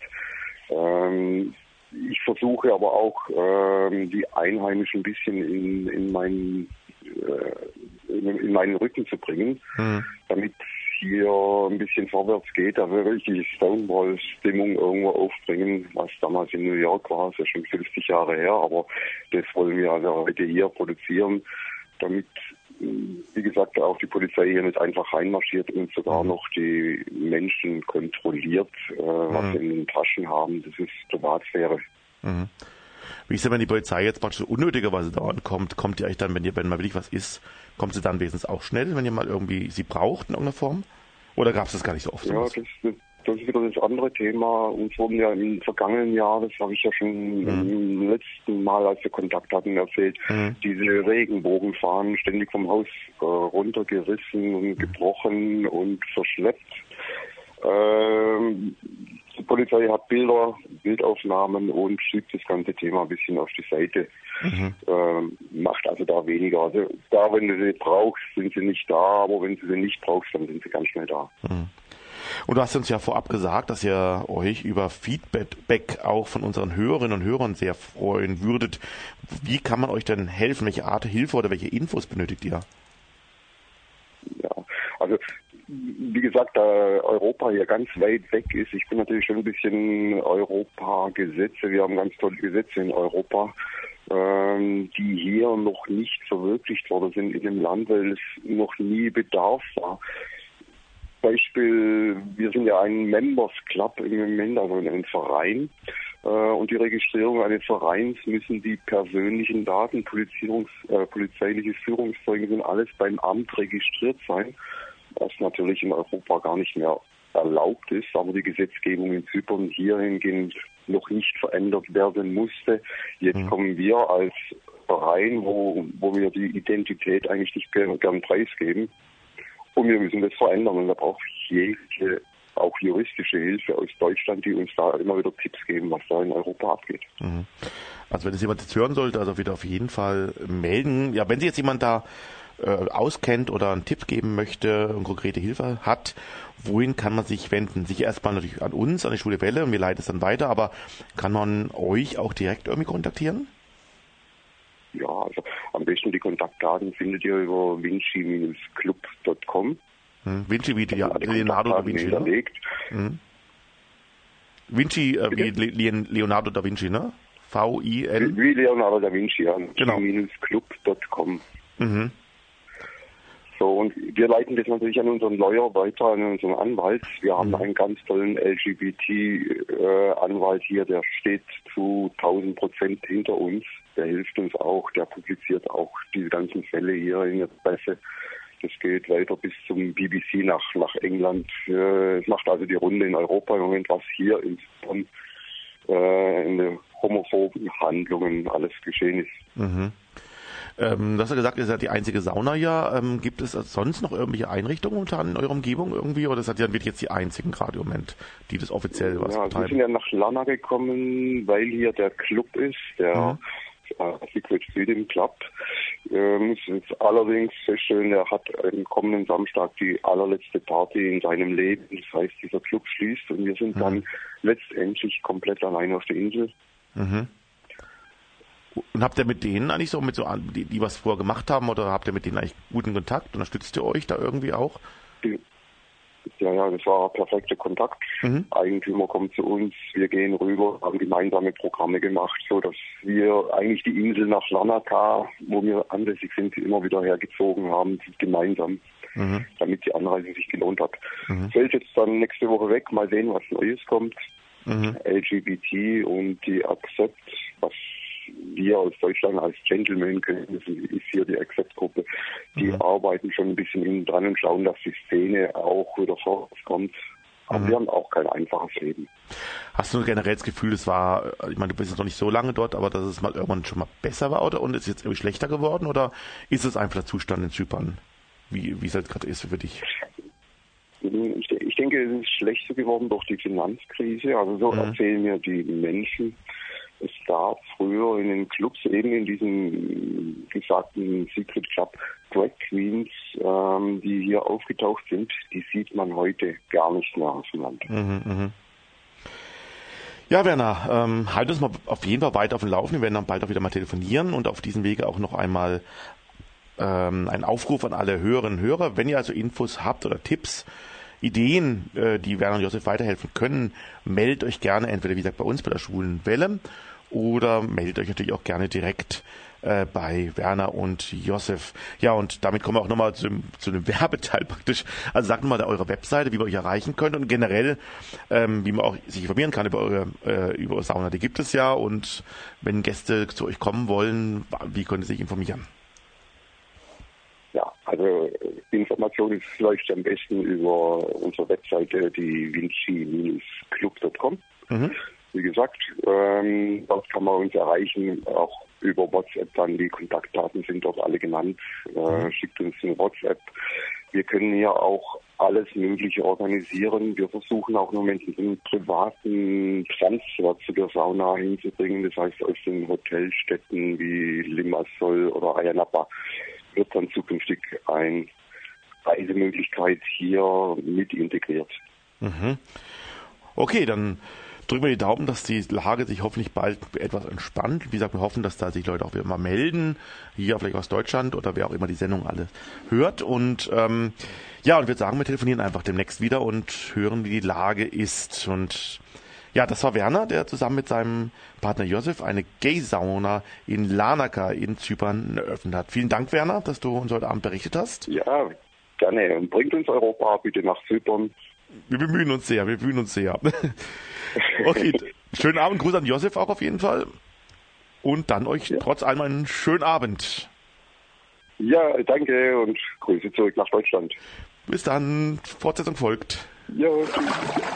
Ich versuche aber auch, die Einheimischen ein bisschen in meinen Rücken zu bringen, damit hier ein bisschen vorwärts geht, also richtig Stonewall-Stimmung irgendwo aufbringen, was damals in New York war, ist ja schon 50 Jahre her, aber das wollen wir also heute hier produzieren, damit, wie gesagt, auch die Polizei hier nicht einfach reinmarschiert und sogar noch die Menschen kontrolliert, was sie in den Taschen haben. Das ist Privatsphäre. Wie ist denn, wenn die Polizei jetzt praktisch unnötigerweise dauernd kommt? Kommt ihr euch dann, wenn mal wirklich was ist, kommt sie dann wenigstens auch schnell, wenn ihr mal irgendwie sie braucht in irgendeiner Form? Oder gab es das gar nicht so oft? Ja, das ist wieder das andere Thema. Uns wurden ja im vergangenen Jahr, das habe ich ja schon im letzten Mal, als wir Kontakt hatten, erzählt, diese Regenbogenfahnen ständig vom Haus runtergerissen und gebrochen und verschleppt. Die Polizei hat Bildaufnahmen und schiebt das ganze Thema ein bisschen auf die Seite. Macht also da weniger. Also da, wenn du sie brauchst, sind sie nicht da, aber wenn du sie nicht brauchst, dann sind sie ganz schnell da. Und du hast uns ja vorab gesagt, dass ihr euch über Feedback auch von unseren Hörerinnen und Hörern sehr freuen würdet. Wie kann man euch denn helfen? Welche Art Hilfe oder welche Infos benötigt ihr? Ja, also wie gesagt, da Europa hier ganz weit weg ist, ich bin natürlich schon ein bisschen Europa-Gesetze. Wir haben ganz tolle Gesetze in Europa, die hier noch nicht verwirklicht worden sind in dem Land, weil es noch nie Bedarf war. Beispiel, wir sind ja ein Members Club im Moment, also ein Verein. Und die Registrierung eines Vereins müssen die persönlichen Daten, polizeiliches Führungszeugnis und alles beim Amt registriert sein, was natürlich in Europa gar nicht mehr erlaubt ist, aber die Gesetzgebung in Zypern hierhingehend noch nicht verändert werden musste. Jetzt kommen wir als Verein, wo wir die Identität eigentlich nicht gern preisgeben. Und wir müssen das verändern und da brauche ich jegliche, auch juristische Hilfe aus Deutschland, die uns da immer wieder Tipps geben, was da in Europa abgeht. Also wenn es jemand jetzt hören sollte, also wieder auf jeden Fall melden. Ja, wenn sich jetzt jemand da auskennt oder einen Tipp geben möchte und konkrete Hilfe hat, wohin kann man sich wenden? Sich erstmal natürlich an uns, an die Schwule Welle und wir leiten es dann weiter, aber kann man euch auch direkt irgendwie kontaktieren? Ja, also am besten die Kontaktdaten findet ihr über vinci-club.com. Vinci wie Leonardo da Vinci, ne? Vinci wie Leonardo da Vinci, ne? V-I-N? Wie Leonardo da Vinci, ja. Genau. Vinci-club.com. So, und wir leiten das natürlich an unseren Lawyer weiter, an unseren Anwalt. Wir haben einen ganz tollen LGBT-Anwalt hier, der steht zu 1000% hinter uns. Der hilft uns auch, der publiziert auch diese ganzen Fälle hier in der Presse. Das geht weiter bis zum BBC nach England. Es macht also die Runde in Europa im Moment, was hier in den homophoben Handlungen alles geschehen ist. Du hast ja gesagt, ihr seid die einzige Sauna hier. Gibt es sonst noch irgendwelche Einrichtungen momentan in eurer Umgebung irgendwie? Oder seid ihr dann jetzt die einzigen gerade im Moment, die das offiziell was betreiben? Wir sind ja nach Lana gekommen, weil hier der Club ist, der Secret Freedom Club. Muss jetzt allerdings feststellen, er hat am kommenden Samstag die allerletzte Party in seinem Leben. Das heißt, dieser Club schließt und wir sind dann letztendlich komplett allein auf der Insel. Und habt ihr mit denen eigentlich die was vorher gemacht haben, oder habt ihr mit denen eigentlich guten Kontakt? Unterstützt ihr euch da irgendwie auch? Ja, das war perfekter Kontakt. Eigentümer kommt zu uns, wir gehen rüber, haben gemeinsame Programme gemacht, so dass wir eigentlich die Insel nach Larnaca, wo wir ansässig sind, immer wieder hergezogen haben, gemeinsam, damit die Anreise sich gelohnt hat. Fällt jetzt dann nächste Woche weg, mal sehen, was Neues kommt. LGBT und die Accept, was wir aus Deutschland als Gentleman können, das ist hier die Accept-Gruppe, die arbeiten schon ein bisschen hinten dran und schauen, dass die Szene auch wieder vorwärts kommt. Aber wir haben auch kein einfaches Leben. Hast du generell das Gefühl, es war, ich meine, du bist jetzt noch nicht so lange dort, aber dass es mal irgendwann schon mal besser war und ist jetzt irgendwie schlechter geworden, oder ist es einfach der Zustand in Zypern, wie es halt gerade ist für dich? Ich denke, es ist schlechter geworden durch die Finanzkrise. Also so erzählen mir die Menschen. Es gab früher in den Clubs, eben in diesem gesagten Secret Club, Drag Queens, die hier aufgetaucht sind. Die sieht man heute gar nicht mehr aus dem Land. Ja, Werner, halt uns mal auf jeden Fall weiter auf dem Laufenden. Wir werden dann bald auch wieder mal telefonieren und auf diesem Wege auch noch einmal einen Aufruf an alle Hörerinnen und Hörer. Wenn ihr also Infos habt oder Tipps, Ideen, die Werner und Josef weiterhelfen können, meldet euch gerne entweder, wie gesagt, bei uns, bei der Schwulen Welle, oder meldet euch natürlich auch gerne direkt bei Werner und Josef. Ja, und damit kommen wir auch nochmal zu dem Werbeteil praktisch. Also sagt nochmal eure Webseite, wie man euch erreichen könnt und generell, wie man auch sich informieren kann über eure Sauna. Die gibt es ja, und wenn Gäste zu euch kommen wollen, wie können sie sich informieren? Ja, also die Information läuft am besten über unsere Webseite, die vinci-club.com. Wie gesagt, dort kann man uns erreichen, auch über WhatsApp dann, die Kontaktdaten sind dort alle genannt. Schickt uns eine WhatsApp. Wir können hier auch alles Mögliche organisieren. Wir versuchen auch im Moment einen privaten Transfer zu der Sauna hinzubringen. Das heißt, aus den Hotelstädten wie Limassol oder Ayia Napa wird dann zukünftig eine Reisemöglichkeit hier mit integriert. Okay, dann Drücken wir die Daumen, dass die Lage sich hoffentlich bald etwas entspannt. Wie gesagt, wir hoffen, dass da sich Leute auch wieder mal melden, hier vielleicht aus Deutschland oder wer auch immer die Sendung alle hört. Und und wir sagen, wir telefonieren einfach demnächst wieder und hören, wie die Lage ist. Und ja, das war Werner, der zusammen mit seinem Partner Josef eine Gay-Sauna in Larnaca in Zypern eröffnet hat. Vielen Dank, Werner, dass du uns heute Abend berichtet hast. Ja, gerne. Und bringt uns Europa bitte nach Zypern. Wir bemühen uns sehr. Okay, schönen Abend, Gruß an Josef auch auf jeden Fall. Und dann euch trotz allem einen schönen Abend. Ja, danke und Grüße zurück nach Deutschland. Bis dann, Fortsetzung folgt. Ja, tschüss.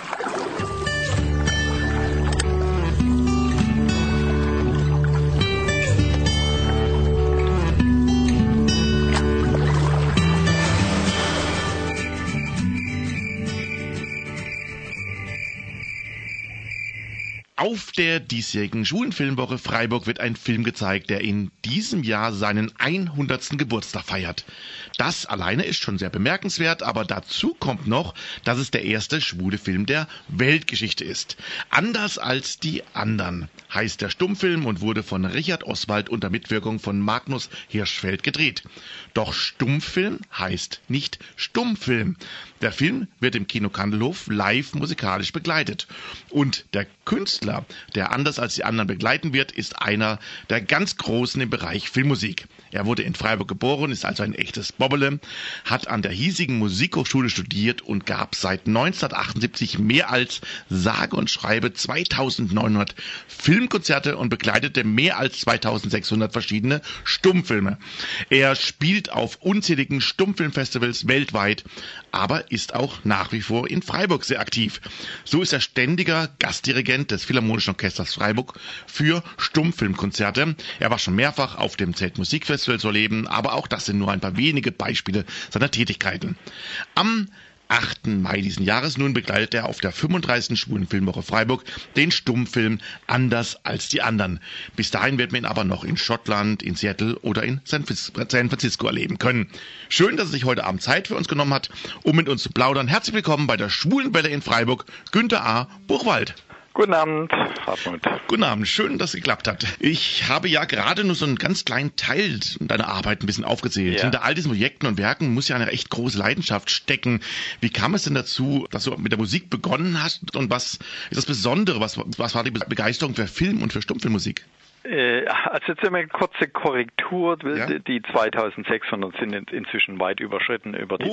Auf der diesjährigen Schwulenfilmwoche Freiburg wird ein Film gezeigt, der in diesem Jahr seinen 100. Geburtstag feiert. Das alleine ist schon sehr bemerkenswert, aber dazu kommt noch, dass es der erste schwule Film der Weltgeschichte ist. Anders als die anderen heißt der Stummfilm und wurde von Richard Oswald unter Mitwirkung von Magnus Hirschfeld gedreht. Doch Stummfilm heißt nicht Stummfilm. Der Film wird im Kino Kandelhof live musikalisch begleitet. Und der Künstler, der anders als die anderen begleiten wird, ist einer der ganz Großen im Bereich Filmmusik. Er wurde in Freiburg geboren, ist also ein echtes Bobbele, hat an der hiesigen Musikhochschule studiert und gab seit 1978 mehr als sage und schreibe 2900 Filmkonzerte und begleitete mehr als 2600 verschiedene Stummfilme. Er spielt auf unzähligen Stummfilmfestivals weltweit, aber ist auch nach wie vor in Freiburg sehr aktiv. So ist er ständiger Gastdirigent des Philharmonischen Orchesters Freiburg für Stummfilmkonzerte. Er war schon mehrfach auf dem Zeltmusikfestival zu erleben, aber auch das sind nur ein paar wenige Beispiele seiner Tätigkeiten. Am 8. Mai diesen Jahres nun begleitet er auf der 35. Schwulenfilmwoche Freiburg den Stummfilm Anders als die anderen. Bis dahin wird man ihn aber noch in Schottland, in Seattle oder in San Francisco erleben können. Schön, dass er sich heute Abend Zeit für uns genommen hat, um mit uns zu plaudern. Herzlich willkommen bei der Schwulenwelle in Freiburg, Günther A. Buchwald. Guten Abend, Hartmut. Guten Abend, schön, dass es geklappt hat. Ich habe ja gerade nur so einen ganz kleinen Teil deiner Arbeit ein bisschen aufgezählt. Ja. Hinter all diesen Projekten und Werken muss ja eine echt große Leidenschaft stecken. Wie kam es denn dazu, dass du mit der Musik begonnen hast und was ist das Besondere? Was war die Begeisterung für Film und für Stummfilmmusik? Also jetzt eine kurze Korrektur. Ja? Die 2600 sind inzwischen weit überschritten, über die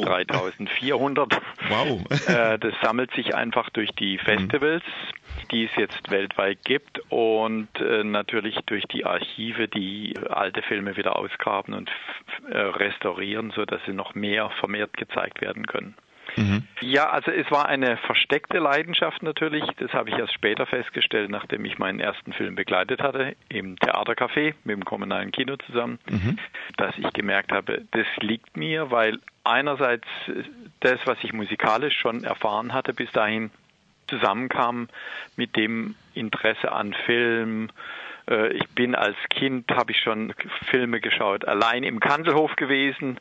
3400. Wow. Das sammelt sich einfach durch die Festivals, die es jetzt weltweit gibt und natürlich durch die Archive, die alte Filme wieder ausgraben und restaurieren, sodass sie noch mehr vermehrt gezeigt werden können. Ja, also es war eine versteckte Leidenschaft natürlich. Das habe ich erst später festgestellt, nachdem ich meinen ersten Film begleitet hatte, im Theatercafé mit dem kommunalen Kino zusammen, dass ich gemerkt habe, das liegt mir, weil einerseits das, was ich musikalisch schon erfahren hatte bis dahin, zusammenkam mit dem Interesse an Film. Ich bin als Kind, habe ich schon Filme geschaut, allein im Kandelhof gewesen,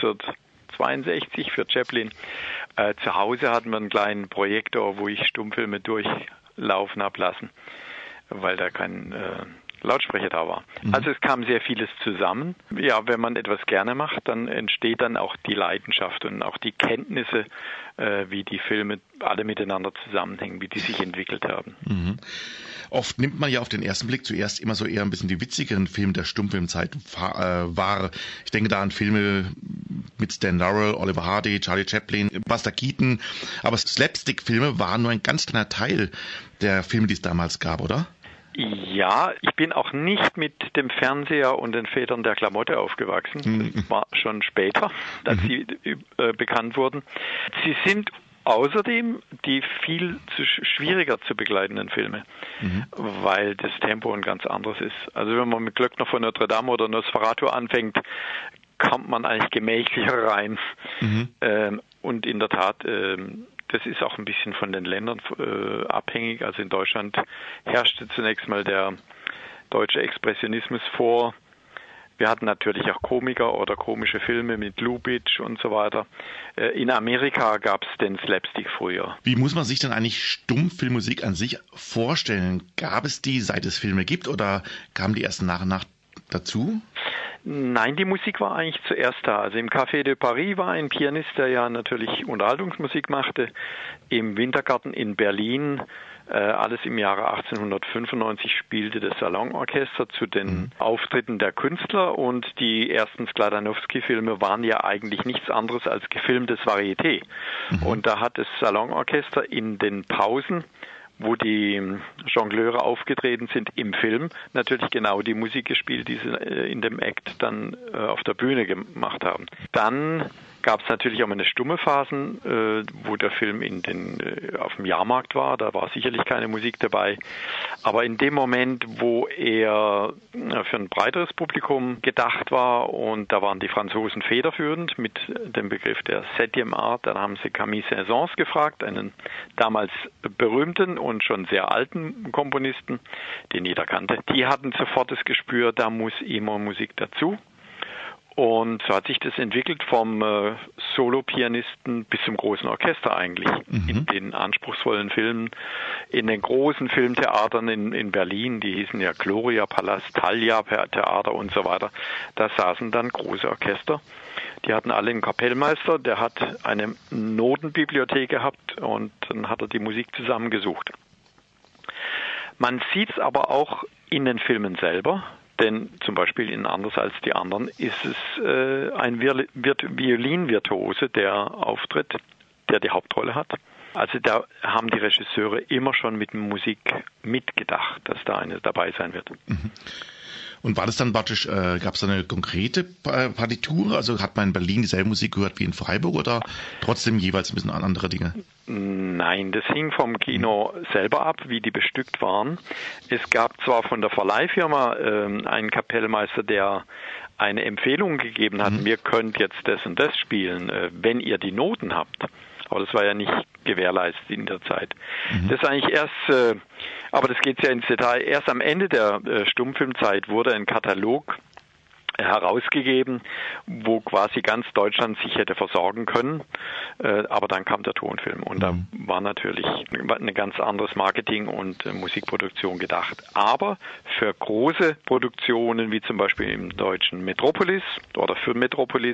1962 für Chaplin. Zu Hause hatten wir einen kleinen Projektor, wo ich Stummfilme durchlaufen habe lassen, weil da kein Lautsprecher da war. Also es kam sehr vieles zusammen. Ja, wenn man etwas gerne macht, dann entsteht dann auch die Leidenschaft und auch die Kenntnisse, wie die Filme alle miteinander zusammenhängen, wie die sich entwickelt haben. Oft nimmt man ja auf den ersten Blick zuerst immer so eher ein bisschen die witzigeren Filme der Stummfilmzeit wahr. Ich denke da an Filme mit Stan Laurel, Oliver Hardy, Charlie Chaplin, Buster Keaton. Aber Slapstick-Filme waren nur ein ganz kleiner Teil der Filme, die es damals gab, oder? Ja, ich bin auch nicht mit dem Fernseher und den Federn der Klamotte aufgewachsen. Das war schon später, als sie bekannt wurden. Sie sind außerdem die viel schwieriger zu begleitenden Filme, weil das Tempo ein ganz anderes ist. Also wenn man mit Glöckner von Notre Dame oder Nosferatu anfängt, kommt man eigentlich gemächlicher rein. Und in der Tat, das ist auch ein bisschen von den Ländern abhängig. Also in Deutschland herrschte zunächst mal der deutsche Expressionismus vor. Wir hatten natürlich auch Komiker oder komische Filme mit Lubitsch und so weiter. In Amerika gab es den Slapstick früher. Wie muss man sich denn eigentlich Stummfilmmusik an sich vorstellen? Gab es die, seit es Filme gibt, oder kamen die erst nach und nach dazu? Nein, die Musik war eigentlich zuerst da. Also im Café de Paris war ein Pianist, der ja natürlich Unterhaltungsmusik machte. Im Wintergarten in Berlin, alles im Jahre 1895, spielte das Salonorchester zu den Auftritten der Künstler, und die ersten Skladanowski-Filme waren ja eigentlich nichts anderes als gefilmtes Varieté. Und da hat das Salonorchester in den Pausen, wo die Jongleure aufgetreten sind im Film, natürlich genau die Musik gespielt, die sie in dem Act dann auf der Bühne gemacht haben. Dann gab es natürlich auch mal eine stumme Phasen, wo der Film auf dem Jahrmarkt war. Da war sicherlich keine Musik dabei. Aber in dem Moment, wo er für ein breiteres Publikum gedacht war, und da waren die Franzosen federführend mit dem Begriff der Septième Art, dann haben sie Camille Saint-Saëns gefragt, einen damals berühmten und schon sehr alten Komponisten, den jeder kannte. Die hatten sofort das Gespür, da muss immer Musik dazu. Und so hat sich das entwickelt vom Solo-Pianisten bis zum großen Orchester eigentlich. In den anspruchsvollen Filmen, in den großen Filmtheatern in Berlin, die hießen ja Gloria Palast, Thalia Theater und so weiter. Da saßen dann große Orchester. Die hatten alle einen Kapellmeister, der hat eine Notenbibliothek gehabt, und dann hat er die Musik zusammengesucht. Man sieht es aber auch in den Filmen selber. Denn zum Beispiel in Anders als die anderen ist es ein Violinvirtuose, der auftritt, der die Hauptrolle hat. Also da haben die Regisseure immer schon mit Musik mitgedacht, dass da eine dabei sein wird. Und war das dann praktisch, gab es da eine konkrete Partitur? Also hat man in Berlin dieselbe Musik gehört wie in Freiburg, oder trotzdem jeweils ein bisschen andere Dinge? Nein, das hing vom Kino selber ab, wie die bestückt waren. Es gab zwar von der Verleihfirma einen Kapellmeister, der eine Empfehlung gegeben hat, ihr könnt jetzt das und das spielen, wenn ihr die Noten habt. Aber das war ja nicht gewährleistet in der Zeit. Das ist eigentlich erst, aber das geht sehr ins Detail, erst am Ende der Stummfilmzeit wurde ein Katalog herausgegeben, wo quasi ganz Deutschland sich hätte versorgen können. Aber dann kam der Tonfilm, und da war natürlich ein ganz anderes Marketing und Musikproduktion gedacht. Aber für große Produktionen, wie zum Beispiel im deutschen Metropolis oder für Metropolis,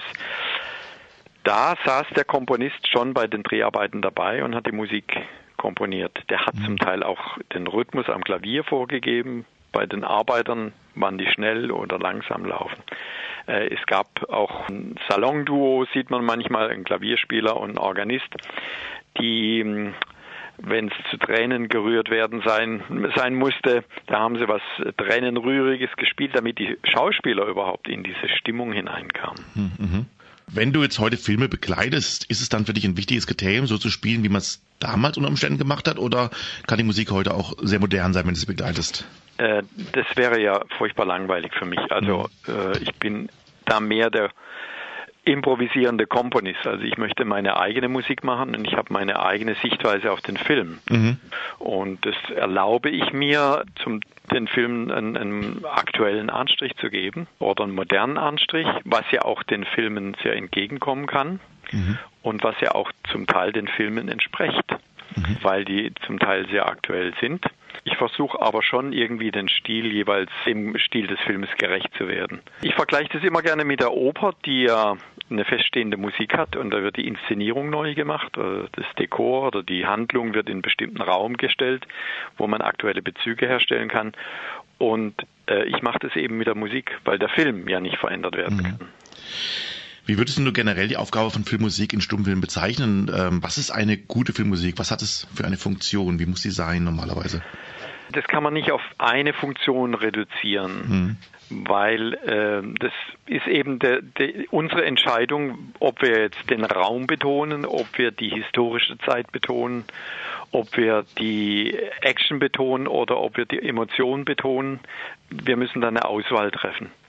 da saß der Komponist schon bei den Dreharbeiten dabei und hat die Musik komponiert. Der hat zum Teil auch den Rhythmus am Klavier vorgegeben. Bei den Arbeitern, wann die schnell oder langsam laufen. Es gab auch ein Salonduo, sieht man manchmal, ein Klavierspieler und ein Organist, die, wenn es zu Tränen gerührt werden sein musste, da haben sie was Tränenrühriges gespielt, damit die Schauspieler überhaupt in diese Stimmung hineinkamen. Wenn du jetzt heute Filme begleitest, ist es dann für dich ein wichtiges Kriterium, so zu spielen, wie man es damals unter Umständen gemacht hat, oder kann die Musik heute auch sehr modern sein, wenn du es begleitest? Das wäre ja furchtbar langweilig für mich. Also ich bin da mehr der improvisierende Komponist. Also ich möchte meine eigene Musik machen, und ich habe meine eigene Sichtweise auf den Film. Und das erlaube ich mir, den Film einen aktuellen Anstrich zu geben oder einen modernen Anstrich, was ja auch den Filmen sehr entgegenkommen kann und was ja auch zum Teil den Filmen entspricht, weil die zum Teil sehr aktuell sind. Ich versuche aber schon irgendwie den Stil jeweils im Stil des Films gerecht zu werden. Ich vergleiche das immer gerne mit der Oper, die ja eine feststehende Musik hat, und da wird die Inszenierung neu gemacht. Das Dekor oder die Handlung wird in einen bestimmten Raum gestellt, wo man aktuelle Bezüge herstellen kann. Und ich mache das eben mit der Musik, weil der Film ja nicht verändert werden kann. Wie würdest du generell die Aufgabe von Filmmusik in Stummfilmen bezeichnen? Was ist eine gute Filmmusik? Was hat es für eine Funktion? Wie muss sie sein normalerweise? Das kann man nicht auf eine Funktion reduzieren, weil das ist eben unsere Entscheidung, ob wir jetzt den Raum betonen, ob wir die historische Zeit betonen, ob wir die Action betonen oder ob wir die Emotionen betonen. Wir müssen dann eine Auswahl treffen.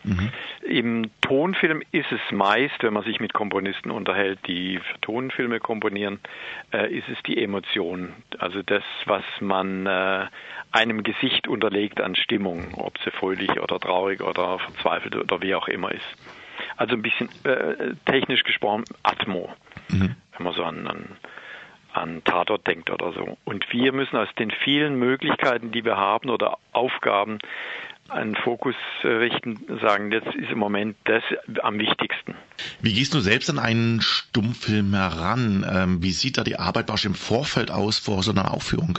Im Tonfilm ist es meist, wenn man sich mit Komponisten unterhält, die für Tonfilme komponieren, ist es die Emotion. Also das, was man einem Gesicht unterlegt an Stimmung, ob sie fröhlich oder traurig oder verzweifelt oder wie auch immer ist. Also ein bisschen technisch gesprochen Atmo, wenn man so an Tatort denkt oder so. Und wir müssen aus den vielen Möglichkeiten, die wir haben oder Aufgaben, einen Fokus richten, sagen, jetzt ist im Moment das am wichtigsten. Wie gehst du selbst an einen Stummfilm heran? Wie sieht da die Arbeit im Vorfeld aus vor so einer Aufführung?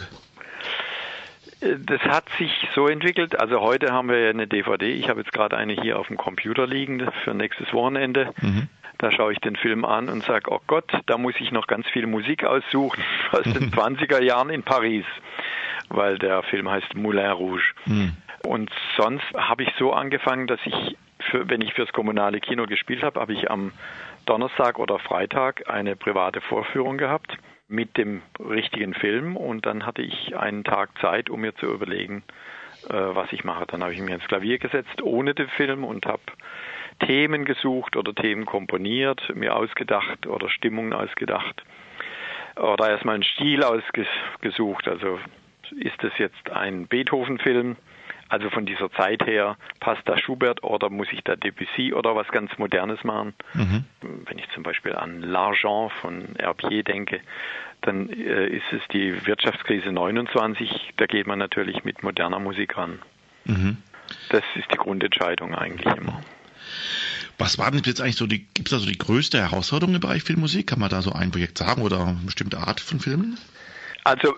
Das hat sich so entwickelt, also heute haben wir ja eine DVD, ich habe jetzt gerade eine hier auf dem Computer liegen für nächstes Wochenende. Da schaue ich den Film an und sage, oh Gott, da muss ich noch ganz viel Musik aussuchen aus den 20er Jahren in Paris, weil der Film heißt Moulin Rouge. Und sonst habe ich so angefangen, dass wenn ich fürs kommunale Kino gespielt habe, habe ich am Donnerstag oder Freitag eine private Vorführung gehabt mit dem richtigen Film und dann hatte ich einen Tag Zeit, um mir zu überlegen, was ich mache. Dann habe ich mir ins Klavier gesetzt ohne den Film und habe Themen gesucht oder Themen komponiert, mir ausgedacht oder Stimmungen ausgedacht oder erstmal einen Stil ausgesucht. Also ist es jetzt ein Beethoven-Film? Also von dieser Zeit her, passt da Schubert oder muss ich da Debussy oder was ganz Modernes machen? Wenn ich zum Beispiel an L'Argent von Herbier denke, dann ist es die Wirtschaftskrise 29, da geht man natürlich mit moderner Musik ran. Das ist die Grundentscheidung eigentlich immer. Was war denn jetzt eigentlich gibt es da so die größte Herausforderung im Bereich Filmmusik? Kann man da so ein Projekt sagen oder eine bestimmte Art von Filmen? Also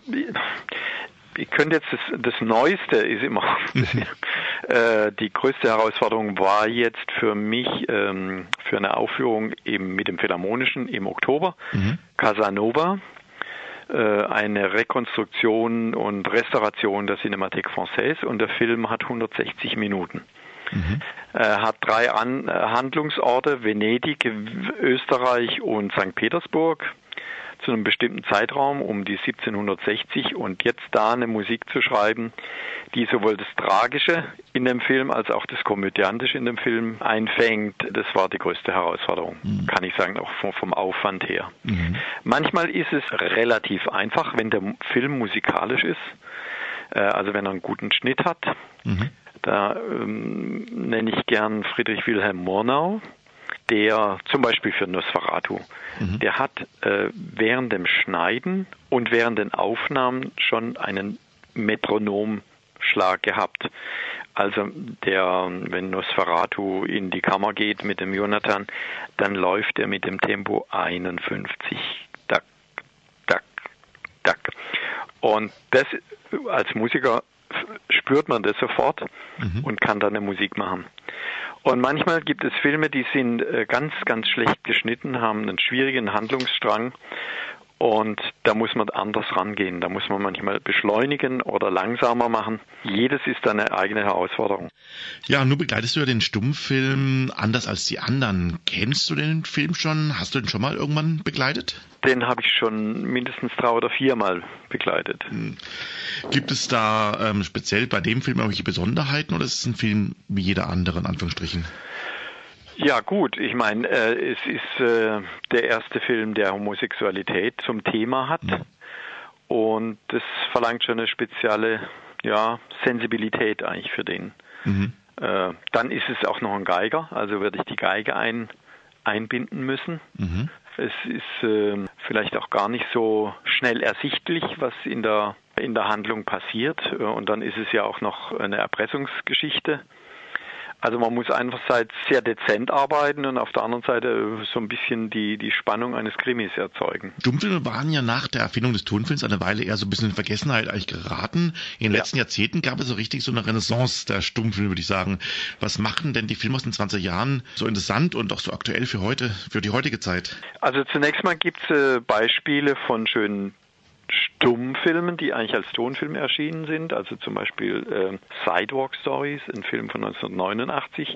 ich könnte jetzt das Neueste ist immer die größte Herausforderung war jetzt für mich für eine Aufführung mit dem Philharmonischen im Oktober, Casanova, eine Rekonstruktion und Restauration der Cinémathèque Française und der Film hat 160 Minuten. Er hat 3 Handlungsorte, Venedig, Österreich und St. Petersburg, zu einem bestimmten Zeitraum, um die 1760 und jetzt da eine Musik zu schreiben, die sowohl das Tragische in dem Film als auch das Komödiantische in dem Film einfängt, das war die größte Herausforderung, kann ich sagen, auch vom Aufwand her. Manchmal ist es relativ einfach, wenn der Film musikalisch ist, also wenn er einen guten Schnitt hat. Da nenne ich gern Friedrich Wilhelm Murnau, der zum Beispiel für Nosferatu, der hat während dem Schneiden und während den Aufnahmen schon einen Metronomschlag gehabt. Also wenn Nosferatu in die Kammer geht mit dem Jonathan, dann läuft er mit dem Tempo 51. Dack, dack, dack. Und das als Musiker spürt man das sofort und kann dann eine Musik machen. Und manchmal gibt es Filme, die sind ganz, ganz schlecht geschnitten, haben einen schwierigen Handlungsstrang und da muss man anders rangehen. Da muss man manchmal beschleunigen oder langsamer machen. Jedes ist eine eigene Herausforderung. Ja, nun begleitest du ja den Stummfilm anders als die anderen. Kennst du den Film schon? Hast du den schon mal irgendwann begleitet? Den habe ich schon mindestens 3 oder 4 Mal begleitet. Gibt es da speziell bei dem Film irgendwelche Besonderheiten oder ist es ein Film wie jeder andere in Anführungsstrichen? Ja gut, ich meine, es ist der erste Film, der Homosexualität zum Thema hat und das verlangt schon eine spezielle Sensibilität eigentlich für den. Dann ist es auch noch ein Geiger, also werde ich die Geige einbinden müssen. Es ist vielleicht auch gar nicht so schnell ersichtlich, was in der Handlung passiert. Und dann ist es ja auch noch eine Erpressungsgeschichte. Also man muss einerseits sehr dezent arbeiten und auf der anderen Seite so ein bisschen die Spannung eines Krimis erzeugen. Stummfilme waren ja nach der Erfindung des Tonfilms eine Weile eher so ein bisschen in Vergessenheit eigentlich geraten. In den letzten Jahrzehnten gab es so richtig so eine Renaissance der Stummfilme, würde ich sagen. Was machen denn die Filme aus den 20er Jahren so interessant und auch so aktuell für die heutige Zeit? Also zunächst mal gibt es Beispiele von schönen Stummfilmen, die eigentlich als Tonfilm erschienen sind, also zum Beispiel Sidewalk Stories, ein Film von 1989,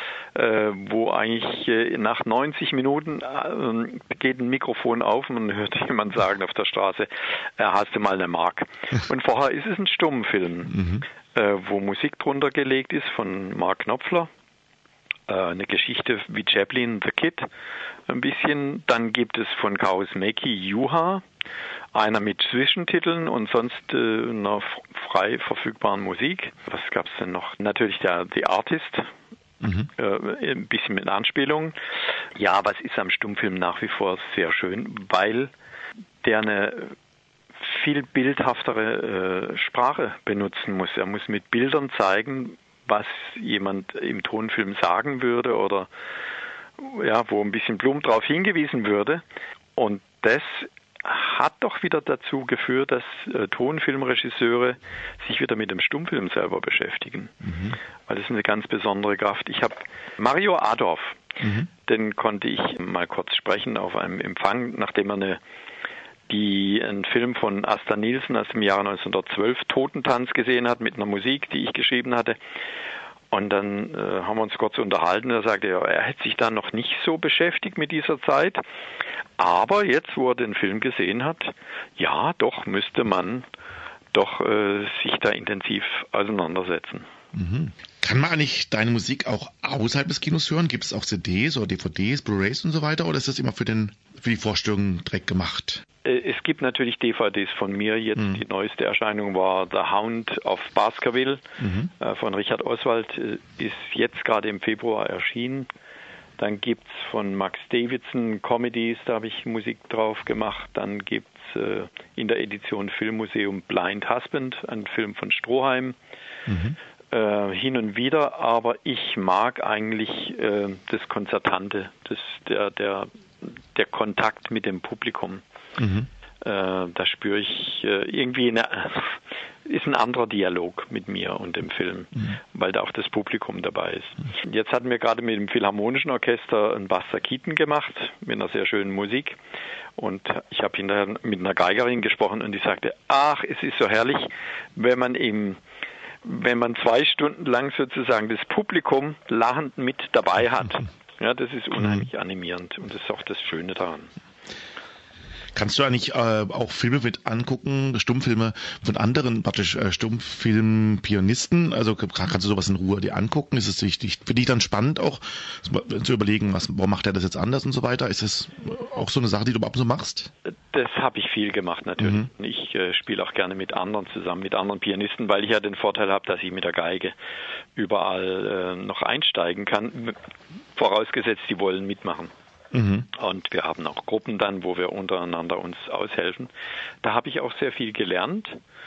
wo eigentlich nach 90 Minuten geht ein Mikrofon auf und man hört jemand sagen auf der Straße, hast du mal eine Mark? Und vorher ist es ein Stummfilm, wo Musik drunter gelegt ist von Mark Knopfler. eine Geschichte wie Chaplin, The Kid ein bisschen. Dann gibt es von Kaurismäki Juha, einer mit Zwischentiteln und sonst einer frei verfügbaren Musik. Was gab es denn noch? Natürlich der The Artist, ein bisschen mit Anspielungen. Ja, was ist am Stummfilm nach wie vor sehr schön, weil der eine viel bildhaftere Sprache benutzen muss. Er muss mit Bildern zeigen, was jemand im Tonfilm sagen würde oder ja, wo ein bisschen plump darauf hingewiesen würde. Und das hat doch wieder dazu geführt, dass Tonfilmregisseure sich wieder mit dem Stummfilm selber beschäftigen. Weil das ist eine ganz besondere Kraft. Ich habe Mario Adorf, den konnte ich mal kurz sprechen auf einem Empfang, nachdem er einen Film von Asta Nielsen aus dem Jahre 1912, Totentanz, gesehen hat mit einer Musik, die ich geschrieben hatte. Und dann haben wir uns kurz unterhalten. Er sagte, er hätte sich da noch nicht so beschäftigt mit dieser Zeit. Aber jetzt, wo er den Film gesehen hat, ja, doch müsste man doch sich da intensiv auseinandersetzen. Kann man eigentlich deine Musik auch außerhalb des Kinos hören? Gibt es auch CDs oder DVDs, Blu-rays und so weiter? Oder ist das immer für die Vorstellung direkt gemacht? Es gibt natürlich DVDs von mir. Jetzt die neueste Erscheinung war The Hound of Baskerville von Richard Oswald. Ist jetzt gerade im Februar erschienen. Dann gibt es von Max Davidson Comedies, da habe ich Musik drauf gemacht. Dann gibt es in der Edition Filmmuseum Blind Husband, ein Film von Stroheim. Hin und wieder, aber ich mag eigentlich das Konzertante, der Kontakt mit dem Publikum. Da spüre ich irgendwie, ist ein anderer Dialog mit mir und dem Film, weil da auch das Publikum dabei ist. Jetzt hatten wir gerade mit dem Philharmonischen Orchester ein Buster Keaton gemacht, mit einer sehr schönen Musik. Und ich habe hinterher mit einer Geigerin gesprochen und die sagte, ach, es ist so herrlich, wenn man 2 Stunden lang sozusagen das Publikum lachend mit dabei hat. Ja, das ist unheimlich animierend und das ist auch das Schöne daran. Kannst du eigentlich auch Filme mit angucken, Stummfilme von anderen, praktisch Stummfilm-Pianisten? Also kannst du sowas in Ruhe dir angucken? Ist es für dich dann spannend auch zu überlegen, warum macht er das jetzt anders und so weiter? Ist das auch so eine Sache, die du ab und zu machst? Das habe ich viel gemacht natürlich. Ich spiele auch gerne mit anderen zusammen, mit anderen Pianisten, weil ich ja den Vorteil habe, dass ich mit der Geige überall noch einsteigen kann, vorausgesetzt, die wollen mitmachen. Und wir haben auch Gruppen dann, wo wir untereinander uns aushelfen. Da habe ich auch sehr viel gelernt.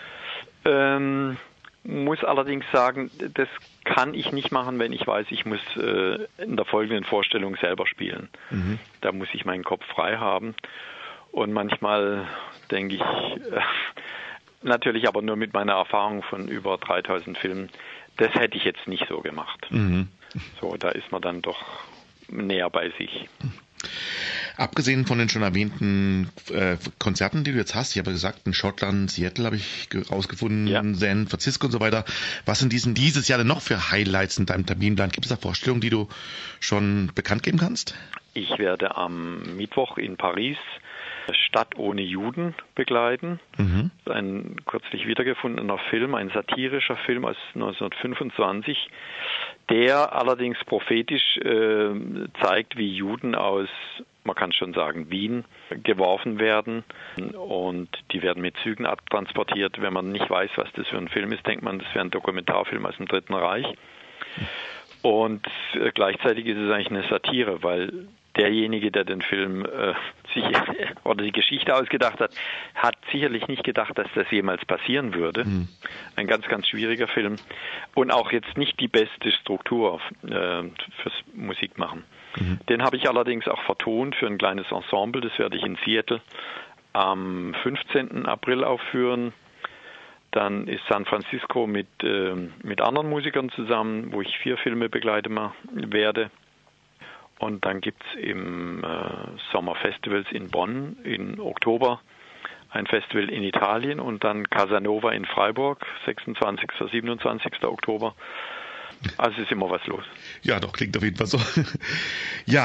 Muss allerdings sagen, das kann ich nicht machen, wenn ich weiß, ich muss in der folgenden Vorstellung selber spielen. Da muss ich meinen Kopf frei haben. Und manchmal denke ich, natürlich aber nur mit meiner Erfahrung von über 3000 Filmen, das hätte ich jetzt nicht so gemacht. So, da ist man dann doch näher bei sich. Abgesehen von den schon erwähnten Konzerten, die du jetzt hast, ich habe gesagt, in Schottland, Seattle habe ich rausgefunden, San Francisco und so weiter. Was sind dieses Jahr denn noch für Highlights in deinem Terminplan? Gibt es da Vorstellungen, die du schon bekannt geben kannst? Ich werde am Mittwoch in Paris Stadt ohne Juden begleiten. Ein kürzlich wiedergefundener Film, ein satirischer Film aus 1925, der allerdings prophetisch zeigt, wie Juden aus, man kann schon sagen, Wien geworfen werden und die werden mit Zügen abtransportiert. Wenn man nicht weiß, was das für ein Film ist, denkt man, das wäre ein Dokumentarfilm aus dem Dritten Reich. Und gleichzeitig ist es eigentlich eine Satire, weil derjenige, der den Film oder die Geschichte ausgedacht hat, hat sicherlich nicht gedacht, dass das jemals passieren würde. Ein ganz, ganz schwieriger Film und auch jetzt nicht die beste Struktur fürs Musikmachen. Den habe ich allerdings auch vertont für ein kleines Ensemble. Das werde ich in Seattle am 15. April aufführen. Dann ist San Francisco mit anderen Musikern zusammen, wo ich 4 Filme begleiten werde. Und dann gibt es im Sommerfestivals in Bonn im Oktober ein Festival in Italien und dann Casanova in Freiburg, 26. 27. Oktober. Also ist immer was los. Ja, doch, klingt auf jeden Fall so. Ja,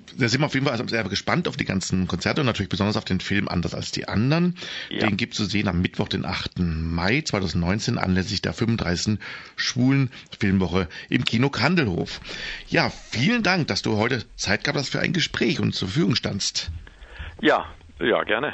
da sind wir auf jeden Fall sehr gespannt auf die ganzen Konzerte und natürlich besonders auf den Film Anders als die anderen. Ja. Den gibt's zu sehen am Mittwoch, den 8. Mai 2019, anlässlich der 35. Schwulen Filmwoche im Kino Kandelhof. Ja, vielen Dank, dass du heute Zeit gehabt hast für ein Gespräch und zur Verfügung standst. Ja, gerne.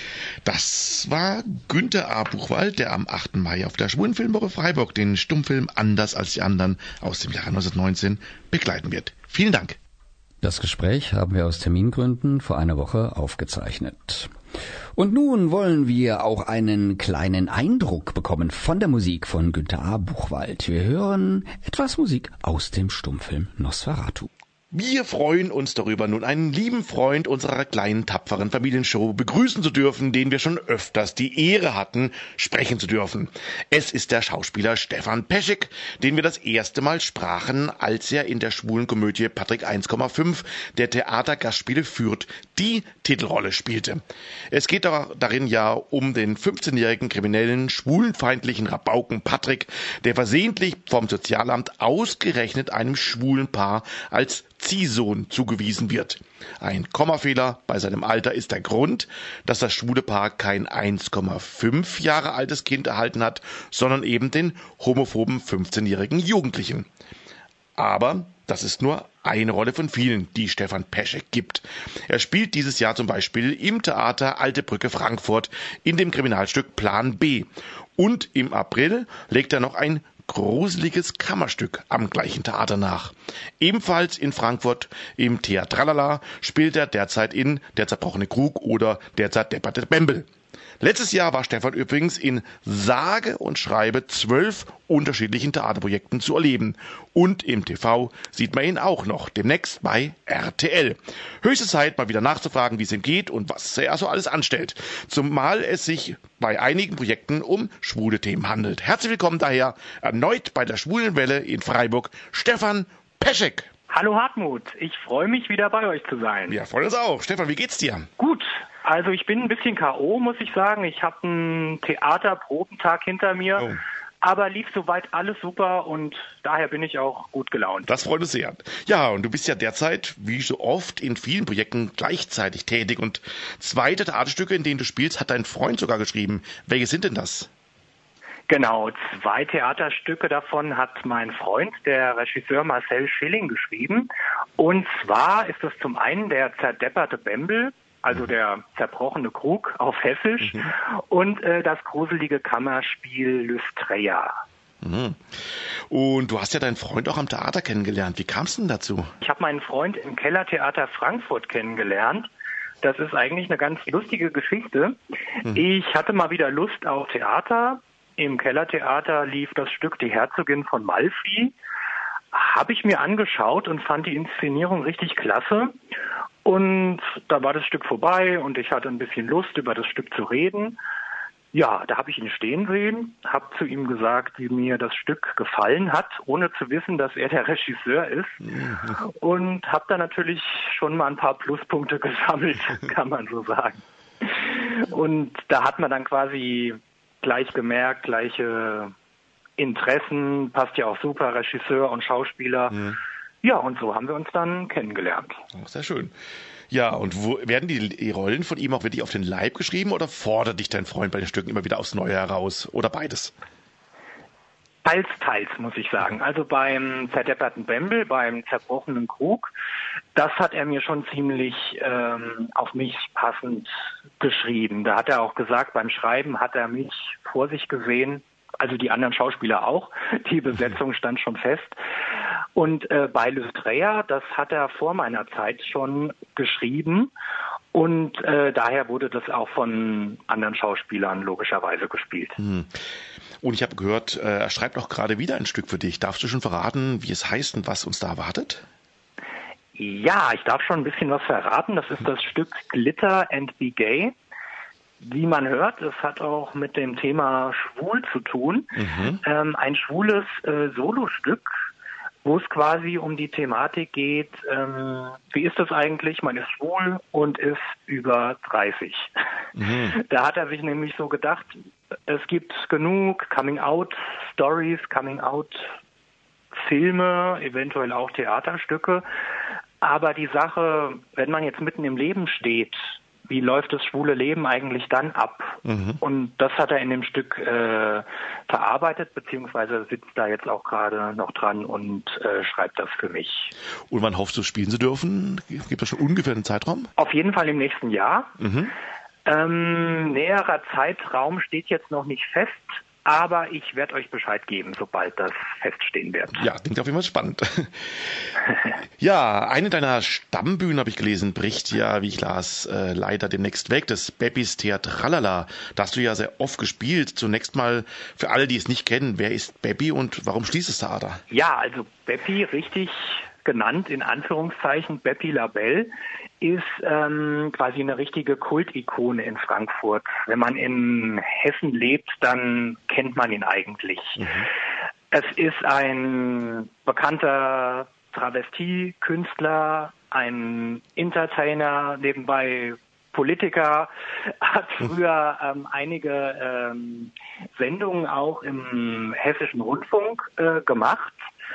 Das war Günther A. Buchwald, der am 8. Mai auf der Schwulen Filmwoche Freiburg den Stummfilm Anders als die anderen aus dem Jahre 1919 begleiten wird. Vielen Dank. Das Gespräch haben wir aus Termingründen vor einer Woche aufgezeichnet. Und nun wollen wir auch einen kleinen Eindruck bekommen von der Musik von Günther A. Buchwald. Wir hören etwas Musik aus dem Stummfilm Nosferatu. Wir freuen uns darüber, nun einen lieben Freund unserer kleinen, tapferen Familienshow begrüßen zu dürfen, den wir schon öfters die Ehre hatten, sprechen zu dürfen. Es ist der Schauspieler Stefan Peschek, den wir das erste Mal sprachen, als er in der schwulen Komödie Patrick 1,5 der Theatergastspiele Fürth die Titelrolle spielte. Es geht darin ja um den 15-jährigen kriminellen, schwulenfeindlichen Rabauken Patrick, der versehentlich vom Sozialamt ausgerechnet einem schwulen Paar als Ziehsohn zugewiesen wird. Ein Kommafehler bei seinem Alter ist der Grund, dass das schwule Paar kein 1,5 Jahre altes Kind erhalten hat, sondern eben den homophoben 15-jährigen Jugendlichen. Aber das ist nur eine Rolle von vielen, die Stefan Peschek gibt. Er spielt dieses Jahr zum Beispiel im Theater Alte Brücke Frankfurt in dem Kriminalstück Plan B. Und im April legt er noch ein gruseliges Kammerstück am gleichen Theater nach. Ebenfalls in Frankfurt im Theatralala spielt er derzeit in Der zerbrochene Krug oder Der zerdepperte Bembel. Letztes Jahr war Stefan übrigens in sage und schreibe 12 unterschiedlichen Theaterprojekten zu erleben. Und im TV sieht man ihn auch noch, demnächst bei RTL. Höchste Zeit, mal wieder nachzufragen, wie es ihm geht und was er so alles anstellt. Zumal es sich bei einigen Projekten um schwule Themen handelt. Herzlich willkommen daher erneut bei der Schwulen Welle in Freiburg, Stefan Peschek. Hallo Hartmut, ich freue mich, wieder bei euch zu sein. Ja, freut uns auch. Stefan, wie geht's dir? Gut, also ich bin ein bisschen K.O., muss ich sagen. Ich habe einen Theaterprobentag hinter mir, aber lief soweit alles super und daher bin ich auch gut gelaunt. Das freut uns sehr. Ja, und du bist ja derzeit, wie so oft, in vielen Projekten gleichzeitig tätig und 2 der Theaterstücke, in denen du spielst, hat dein Freund sogar geschrieben. Welche sind denn das? Genau, 2 Theaterstücke davon hat mein Freund, der Regisseur Marcel Schilling, geschrieben. Und zwar ist das zum einen der zerdepperte Bembel, also der zerbrochene Krug auf Hessisch, und das gruselige Kammerspiel Lystreia. Und du hast ja deinen Freund auch am Theater kennengelernt. Wie kam es denn dazu? Ich habe meinen Freund im Kellertheater Frankfurt kennengelernt. Das ist eigentlich eine ganz lustige Geschichte. Ich hatte mal wieder Lust auf Theater. Im Kellertheater lief das Stück Die Herzogin von Malfi. Habe ich mir angeschaut und fand die Inszenierung richtig klasse. Und da war das Stück vorbei und ich hatte ein bisschen Lust, über das Stück zu reden. Ja, da habe ich ihn stehen sehen, habe zu ihm gesagt, wie mir das Stück gefallen hat, ohne zu wissen, dass er der Regisseur ist. Und habe da natürlich schon mal ein paar Pluspunkte gesammelt, kann man so sagen. Und da hat man dann quasi gleich gemerkt, gleiche Interessen, passt ja auch super, Regisseur und Schauspieler. Ja, und so haben wir uns dann kennengelernt. Oh, sehr schön. Ja, und werden die Rollen von ihm auch wirklich auf den Leib geschrieben oder fordert dich dein Freund bei den Stücken immer wieder aufs Neue heraus? Oder beides? Teils, teils, muss ich sagen. Also beim zerdepperten Bembel, beim zerbrochenen Krug, das hat er mir schon ziemlich auf mich passend geschrieben. Da hat er auch gesagt, beim Schreiben hat er mich vor sich gesehen, also die anderen Schauspieler auch. Die Besetzung stand schon fest. Und bei Lystreia, das hat er vor meiner Zeit schon geschrieben. Und daher wurde das auch von anderen Schauspielern logischerweise gespielt. Und ich habe gehört, er schreibt auch gerade wieder ein Stück für dich. Darfst du schon verraten, wie es heißt und was uns da erwartet? Ja, ich darf schon ein bisschen was verraten. Das ist das Stück Glitter and Be Gay. Wie man hört, es hat auch mit dem Thema schwul zu tun. Ein schwules Solostück, wo es quasi um die Thematik geht, wie ist das eigentlich, man ist schwul und ist über 30. Da hat er sich nämlich so gedacht, es gibt genug Coming-out-Stories, Coming-out-Filme, eventuell auch Theaterstücke, Aber die Sache, wenn man jetzt mitten im Leben steht, wie läuft das schwule Leben eigentlich dann ab? Und das hat er in dem Stück verarbeitet, beziehungsweise sitzt da jetzt auch gerade noch dran und schreibt das für mich. Und wann hoffst du, spielen zu dürfen? Gibt es schon ungefähr einen Zeitraum? Auf jeden Fall im nächsten Jahr. Näherer Zeitraum steht jetzt noch nicht fest, aber ich werde euch Bescheid geben, sobald das feststehen wird. Ja, klingt auf jeden Fall spannend. Ja, eine deiner Stammbühnen, habe ich gelesen, bricht ja, wie ich las, leider demnächst weg. Das Beppis Theatralala. Da hast du ja sehr oft gespielt. Zunächst mal für alle, die es nicht kennen, wer ist Beppi und warum schließt das Theater? Ja, also Beppi, richtig genannt in Anführungszeichen, Beppi Labelle, ist quasi eine richtige Kultikone in Frankfurt. Wenn man in Hessen lebt, dann kennt man ihn eigentlich. Es ist ein bekannter Travestie-Künstler, ein Entertainer, nebenbei Politiker, hat früher einige Sendungen auch im Hessischen Rundfunk gemacht.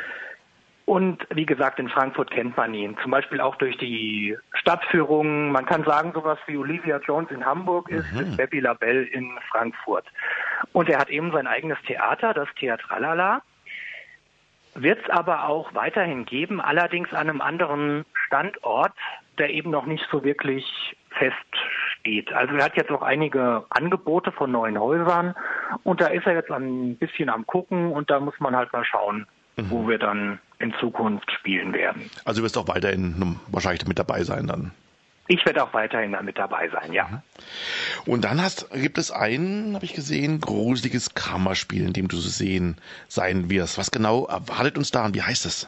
Und wie gesagt, in Frankfurt kennt man ihn, zum Beispiel auch durch die Stadtführungen. Man kann sagen, sowas wie Olivia Jones in Hamburg ist Beppi Labelle in Frankfurt. Und er hat eben sein eigenes Theater, das Theatralala. Wird es aber auch weiterhin geben, allerdings an einem anderen Standort, der eben noch nicht so wirklich feststeht. Also er hat jetzt auch einige Angebote von neuen Häusern und da ist er jetzt ein bisschen am Gucken und da muss man halt mal schauen, wo wir dann in Zukunft spielen werden. Also du wirst auch weiterhin wahrscheinlich mit dabei sein dann. Ich werde auch weiterhin damit dabei sein, ja. Und dann gibt es ein, habe ich gesehen, gruseliges Kammerspiel, in dem du zu sehen sein wirst. Was genau erwartet uns da und wie heißt es?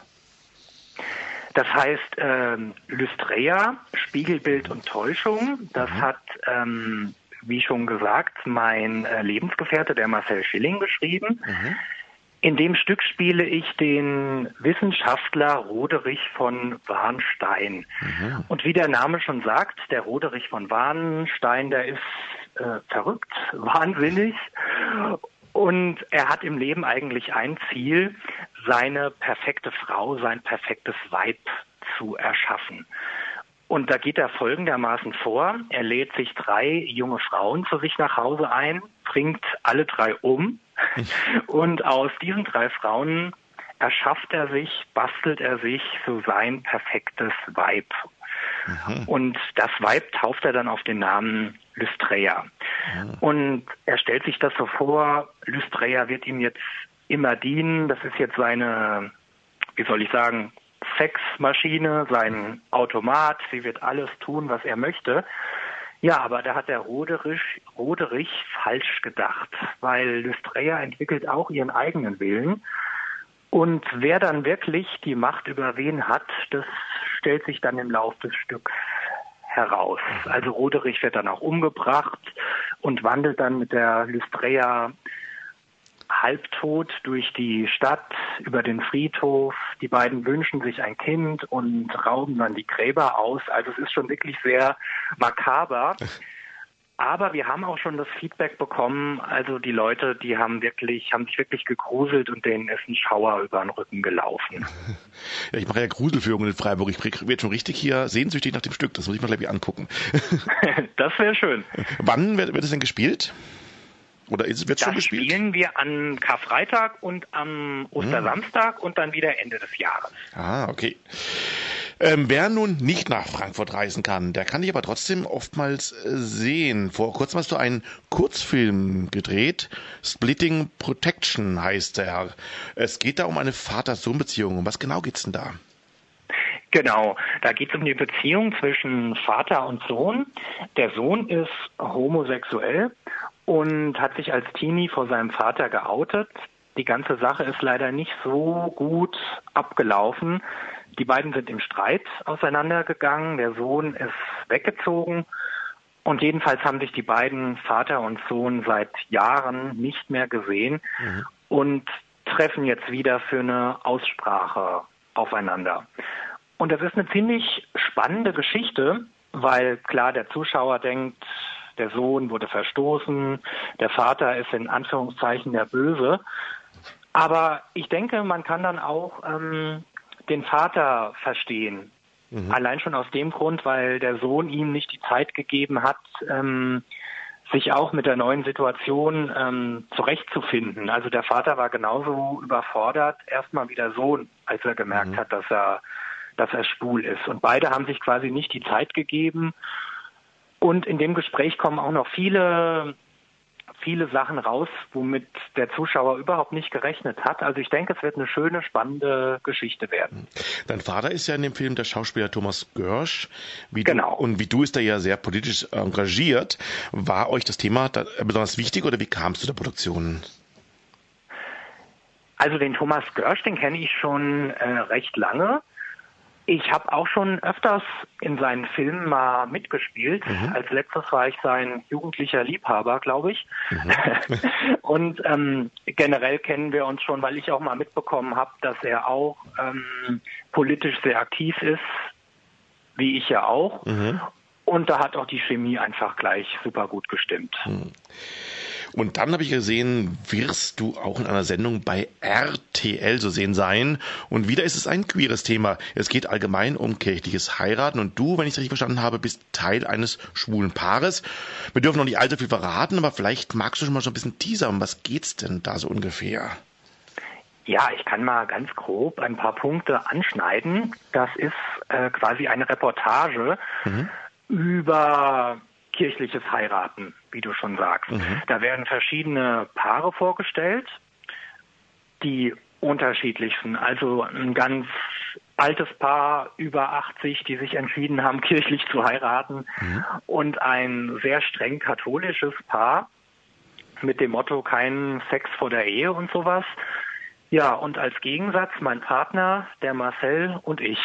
Das heißt Lysträa, Spiegelbild und Täuschung. Das hat, wie schon gesagt, mein Lebensgefährte, der Marcel Schilling, geschrieben. In dem Stück spiele ich den Wissenschaftler Roderich von Warnstein. Und wie der Name schon sagt, der Roderich von Warnstein, der ist verrückt, wahnsinnig. Und er hat im Leben eigentlich ein Ziel, seine perfekte Frau, sein perfektes Weib zu erschaffen. Und da geht er folgendermaßen vor. Er lädt sich 3 junge Frauen zu sich nach Hause ein, bringt alle 3 um. Und aus diesen 3 Frauen bastelt er sich so sein perfektes Weib. Und das Weib tauft er dann auf den Namen Lysträa. Und er stellt sich das so vor, Lysträa wird ihm jetzt immer dienen. Das ist jetzt seine, wie soll ich sagen, Sexmaschine, sein Automat. Sie wird alles tun, was er möchte. Ja, aber da hat der Roderich falsch gedacht, weil Lysträa entwickelt auch ihren eigenen Willen. Und wer dann wirklich die Macht über wen hat, das stellt sich dann im Lauf des Stücks heraus. Also Roderich wird dann auch umgebracht und wandelt dann mit der Lysträa halbtot durch die Stadt, über den Friedhof. Die beiden wünschen sich ein Kind und rauben dann die Gräber aus. Also es ist schon wirklich sehr makaber. Aber wir haben auch schon das Feedback bekommen, also die Leute, die haben sich wirklich gegruselt und denen ist ein Schauer über den Rücken gelaufen. Ja, ich mache ja Gruselführungen in Freiburg. Ich werde schon richtig hier sehnsüchtig nach dem Stück. Das muss ich mir gleich angucken. Das wäre schön. Wann wird es denn gespielt? Oder wird es schon gespielt? Das spielen wir an Karfreitag und am Ostersamstag und dann wieder Ende des Jahres. Ah, okay. Wer nun nicht nach Frankfurt reisen kann, der kann dich aber trotzdem oftmals sehen. Vor kurzem hast du einen Kurzfilm gedreht. Splitting Protection heißt der. Es geht da um eine Vater-Sohn-Beziehung. Um was genau geht's denn da? Genau, da geht es um die Beziehung zwischen Vater und Sohn. Der Sohn ist homosexuell und hat sich als Teenie vor seinem Vater geoutet. Die ganze Sache ist leider nicht so gut abgelaufen. Die beiden sind im Streit auseinandergegangen. Der Sohn ist weggezogen. Und jedenfalls haben sich die beiden, Vater und Sohn, seit Jahren nicht mehr gesehen und treffen jetzt wieder für eine Aussprache aufeinander. Und das ist eine ziemlich spannende Geschichte, weil klar der Zuschauer denkt, der Sohn wurde verstoßen, der Vater ist in Anführungszeichen der Böse. Aber ich denke, man kann dann auch den Vater verstehen, Allein schon aus dem Grund, weil der Sohn ihm nicht die Zeit gegeben hat, sich auch mit der neuen Situation zurechtzufinden. Also der Vater war genauso überfordert, erstmal wie der Sohn, als er gemerkt hat, dass er schwul ist. Und beide haben sich quasi nicht die Zeit gegeben. Und in dem Gespräch kommen auch noch viele Sachen raus, womit der Zuschauer überhaupt nicht gerechnet hat. Also ich denke, es wird eine schöne, spannende Geschichte werden. Dein Vater ist ja in dem Film der Schauspieler Thomas Görsch. Genau. Und wie du ist da ja sehr politisch engagiert. War euch das Thema besonders wichtig oder wie kam es zu der Produktion? Also den Thomas Görsch, den kenne ich schon recht lange. Ich habe auch schon öfters in seinen Filmen mal mitgespielt. Als letztes war ich sein jugendlicher Liebhaber, glaube ich. Und generell kennen wir uns schon, weil ich auch mal mitbekommen habe, dass er auch politisch sehr aktiv ist, wie ich ja auch. Und da hat auch die Chemie einfach gleich super gut gestimmt. Und dann habe ich gesehen, wirst du auch in einer Sendung bei RTL zu sehen sein. Und wieder ist es ein queeres Thema. Es geht allgemein um kirchliches Heiraten. Und du, wenn ich es richtig verstanden habe, bist Teil eines schwulen Paares. Wir dürfen noch nicht allzu viel verraten, aber vielleicht magst du schon mal so ein bisschen teasern. Um was geht's denn da so ungefähr? Ja, ich kann mal ganz grob ein paar Punkte anschneiden. Das ist quasi eine Reportage über kirchliches Heiraten, wie du schon sagst. Da werden verschiedene Paare vorgestellt, die unterschiedlichsten. Also ein ganz altes Paar, über 80, die sich entschieden haben, kirchlich zu heiraten, und ein sehr streng katholisches Paar mit dem Motto kein Sex vor der Ehe und sowas. Ja, und als Gegensatz mein Partner, der Marcel und ich.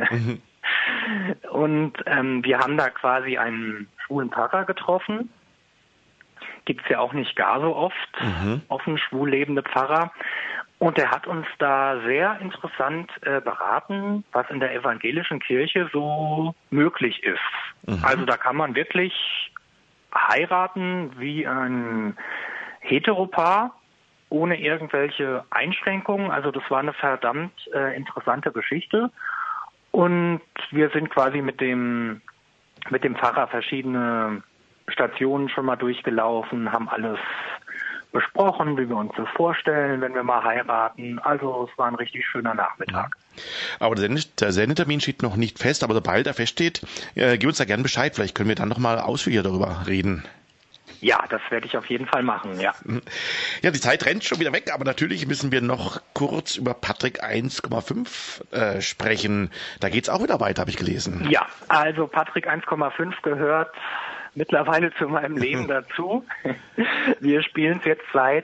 Und wir haben da quasi einen schwulen Pfarrer getroffen. Gibt's ja auch nicht gar so oft, offen schwul lebende Pfarrer. Und er hat uns da sehr interessant beraten, was in der evangelischen Kirche so möglich ist. Also da kann man wirklich heiraten wie ein Heteropaar, ohne irgendwelche Einschränkungen. Also das war eine verdammt interessante Geschichte. Und wir sind quasi mit dem Pfarrer verschiedene Stationen schon mal durchgelaufen, haben alles besprochen, wie wir uns das vorstellen, wenn wir mal heiraten. Also es war ein richtig schöner Nachmittag. Aber der Sendetermin steht noch nicht fest, aber sobald er feststeht, gib uns da gerne Bescheid. Vielleicht können wir dann noch mal ausführlicher darüber reden. Ja, das werde ich auf jeden Fall machen, ja. Ja, die Zeit rennt schon wieder weg, aber natürlich müssen wir noch kurz über Patrick 1,5 sprechen. Da geht's auch wieder weiter, habe ich gelesen. Ja, also Patrick 1,5 gehört mittlerweile zu meinem Leben dazu. Wir spielen es jetzt seit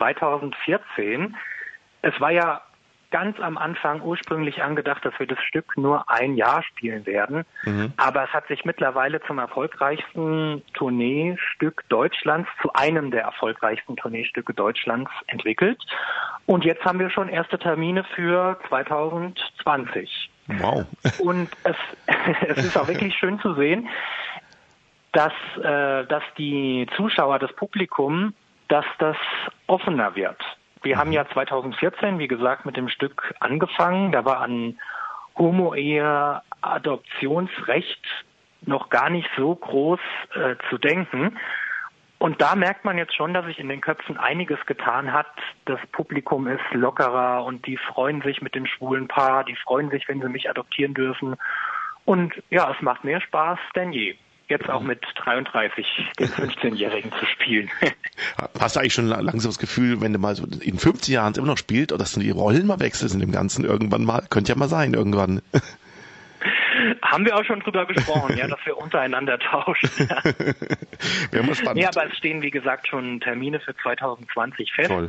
2014. Es war ja ganz am Anfang ursprünglich angedacht, dass wir das Stück nur ein Jahr spielen werden. Aber es hat sich mittlerweile zum erfolgreichsten Tourneestück Deutschlands, zu einem der erfolgreichsten Tourneestücke Deutschlands entwickelt. Und jetzt haben wir schon erste Termine für 2020. Wow. Und es ist auch wirklich schön zu sehen, dass die Zuschauer, das Publikum, dass das offener wird. Wir haben ja 2014, wie gesagt, mit dem Stück angefangen. Da war an Homo-Ehe, Adoptionsrecht noch gar nicht so groß zu denken. Und da merkt man jetzt schon, dass sich in den Köpfen einiges getan hat. Das Publikum ist lockerer und die freuen sich mit dem schwulen Paar, die freuen sich, wenn sie mich adoptieren dürfen. Und ja, es macht mehr Spaß denn je. Jetzt auch mit 33 den 15-Jährigen zu spielen. Hast du eigentlich schon langsam das Gefühl, wenn du mal so in 15 Jahren immer noch spielst, oder dass du die Rollen mal wechselst in dem Ganzen irgendwann mal? Könnte ja mal sein, irgendwann. Haben wir auch schon drüber gesprochen, ja, dass wir untereinander tauschen. Ja. Wäre mal spannend. Ja, aber es stehen, wie gesagt, schon Termine für 2020 fest. Toll.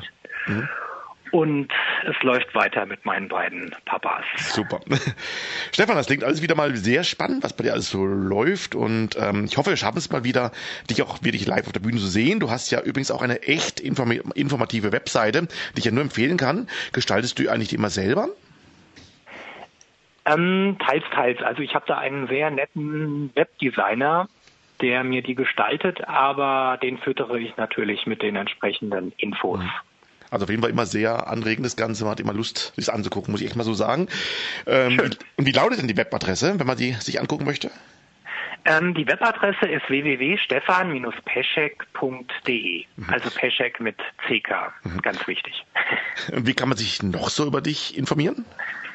Und es läuft weiter mit meinen beiden Papas. Super. Stefan, das klingt alles wieder mal sehr spannend, was bei dir alles so läuft. Und ich hoffe, wir schaffen es mal wieder, dich auch wirklich live auf der Bühne zu sehen. Du hast ja übrigens auch eine echt informative Webseite, die ich ja nur empfehlen kann. Gestaltest du eigentlich die immer selber? Teils. Also ich habe da einen sehr netten Webdesigner, der mir die gestaltet, aber den füttere ich natürlich mit den entsprechenden Infos. Also auf jeden Fall immer sehr anregend das Ganze. Man hat immer Lust, sich anzugucken, muss ich echt mal so sagen. Und wie lautet denn die Webadresse, wenn man die sich angucken möchte? Die Webadresse ist www.stefan-peschek.de. Also Peschek mit CK, ganz wichtig. Und wie kann man sich noch so über dich informieren?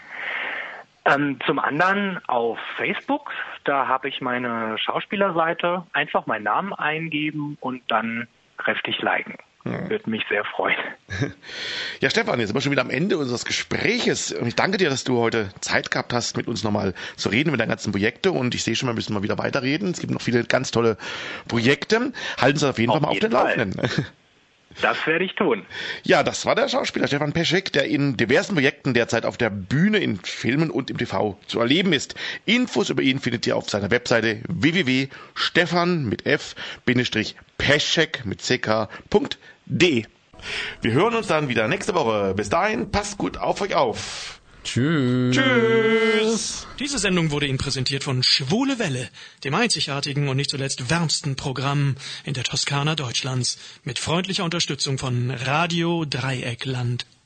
Zum anderen auf Facebook, da habe ich meine Schauspielerseite, einfach meinen Namen eingeben und dann kräftig liken. Würde mich sehr freuen. Ja, Stefan, jetzt sind wir schon wieder am Ende unseres Gespräches. Und ich danke dir, dass du heute Zeit gehabt hast, mit uns nochmal zu reden mit deinen ganzen Projekte. Und ich sehe schon, wir müssen mal wieder weiterreden. Es gibt noch viele ganz tolle Projekte. Halten Sie auf jeden Fall mal auf den Laufenden. Das werde ich tun. Ja, das war der Schauspieler Stefan Peschek, der in diversen Projekten derzeit auf der Bühne, in Filmen und im TV zu erleben ist. Infos über ihn findet ihr auf seiner Webseite www.stefan mit f-peschek mit ck.de. Wir hören uns dann wieder nächste Woche. Bis dahin, passt gut auf euch auf. Tschüss. Tschüss. Diese Sendung wurde Ihnen präsentiert von Schwule Welle, dem einzigartigen und nicht zuletzt wärmsten Programm in der Toskana Deutschlands, mit freundlicher Unterstützung von Radio Dreieckland.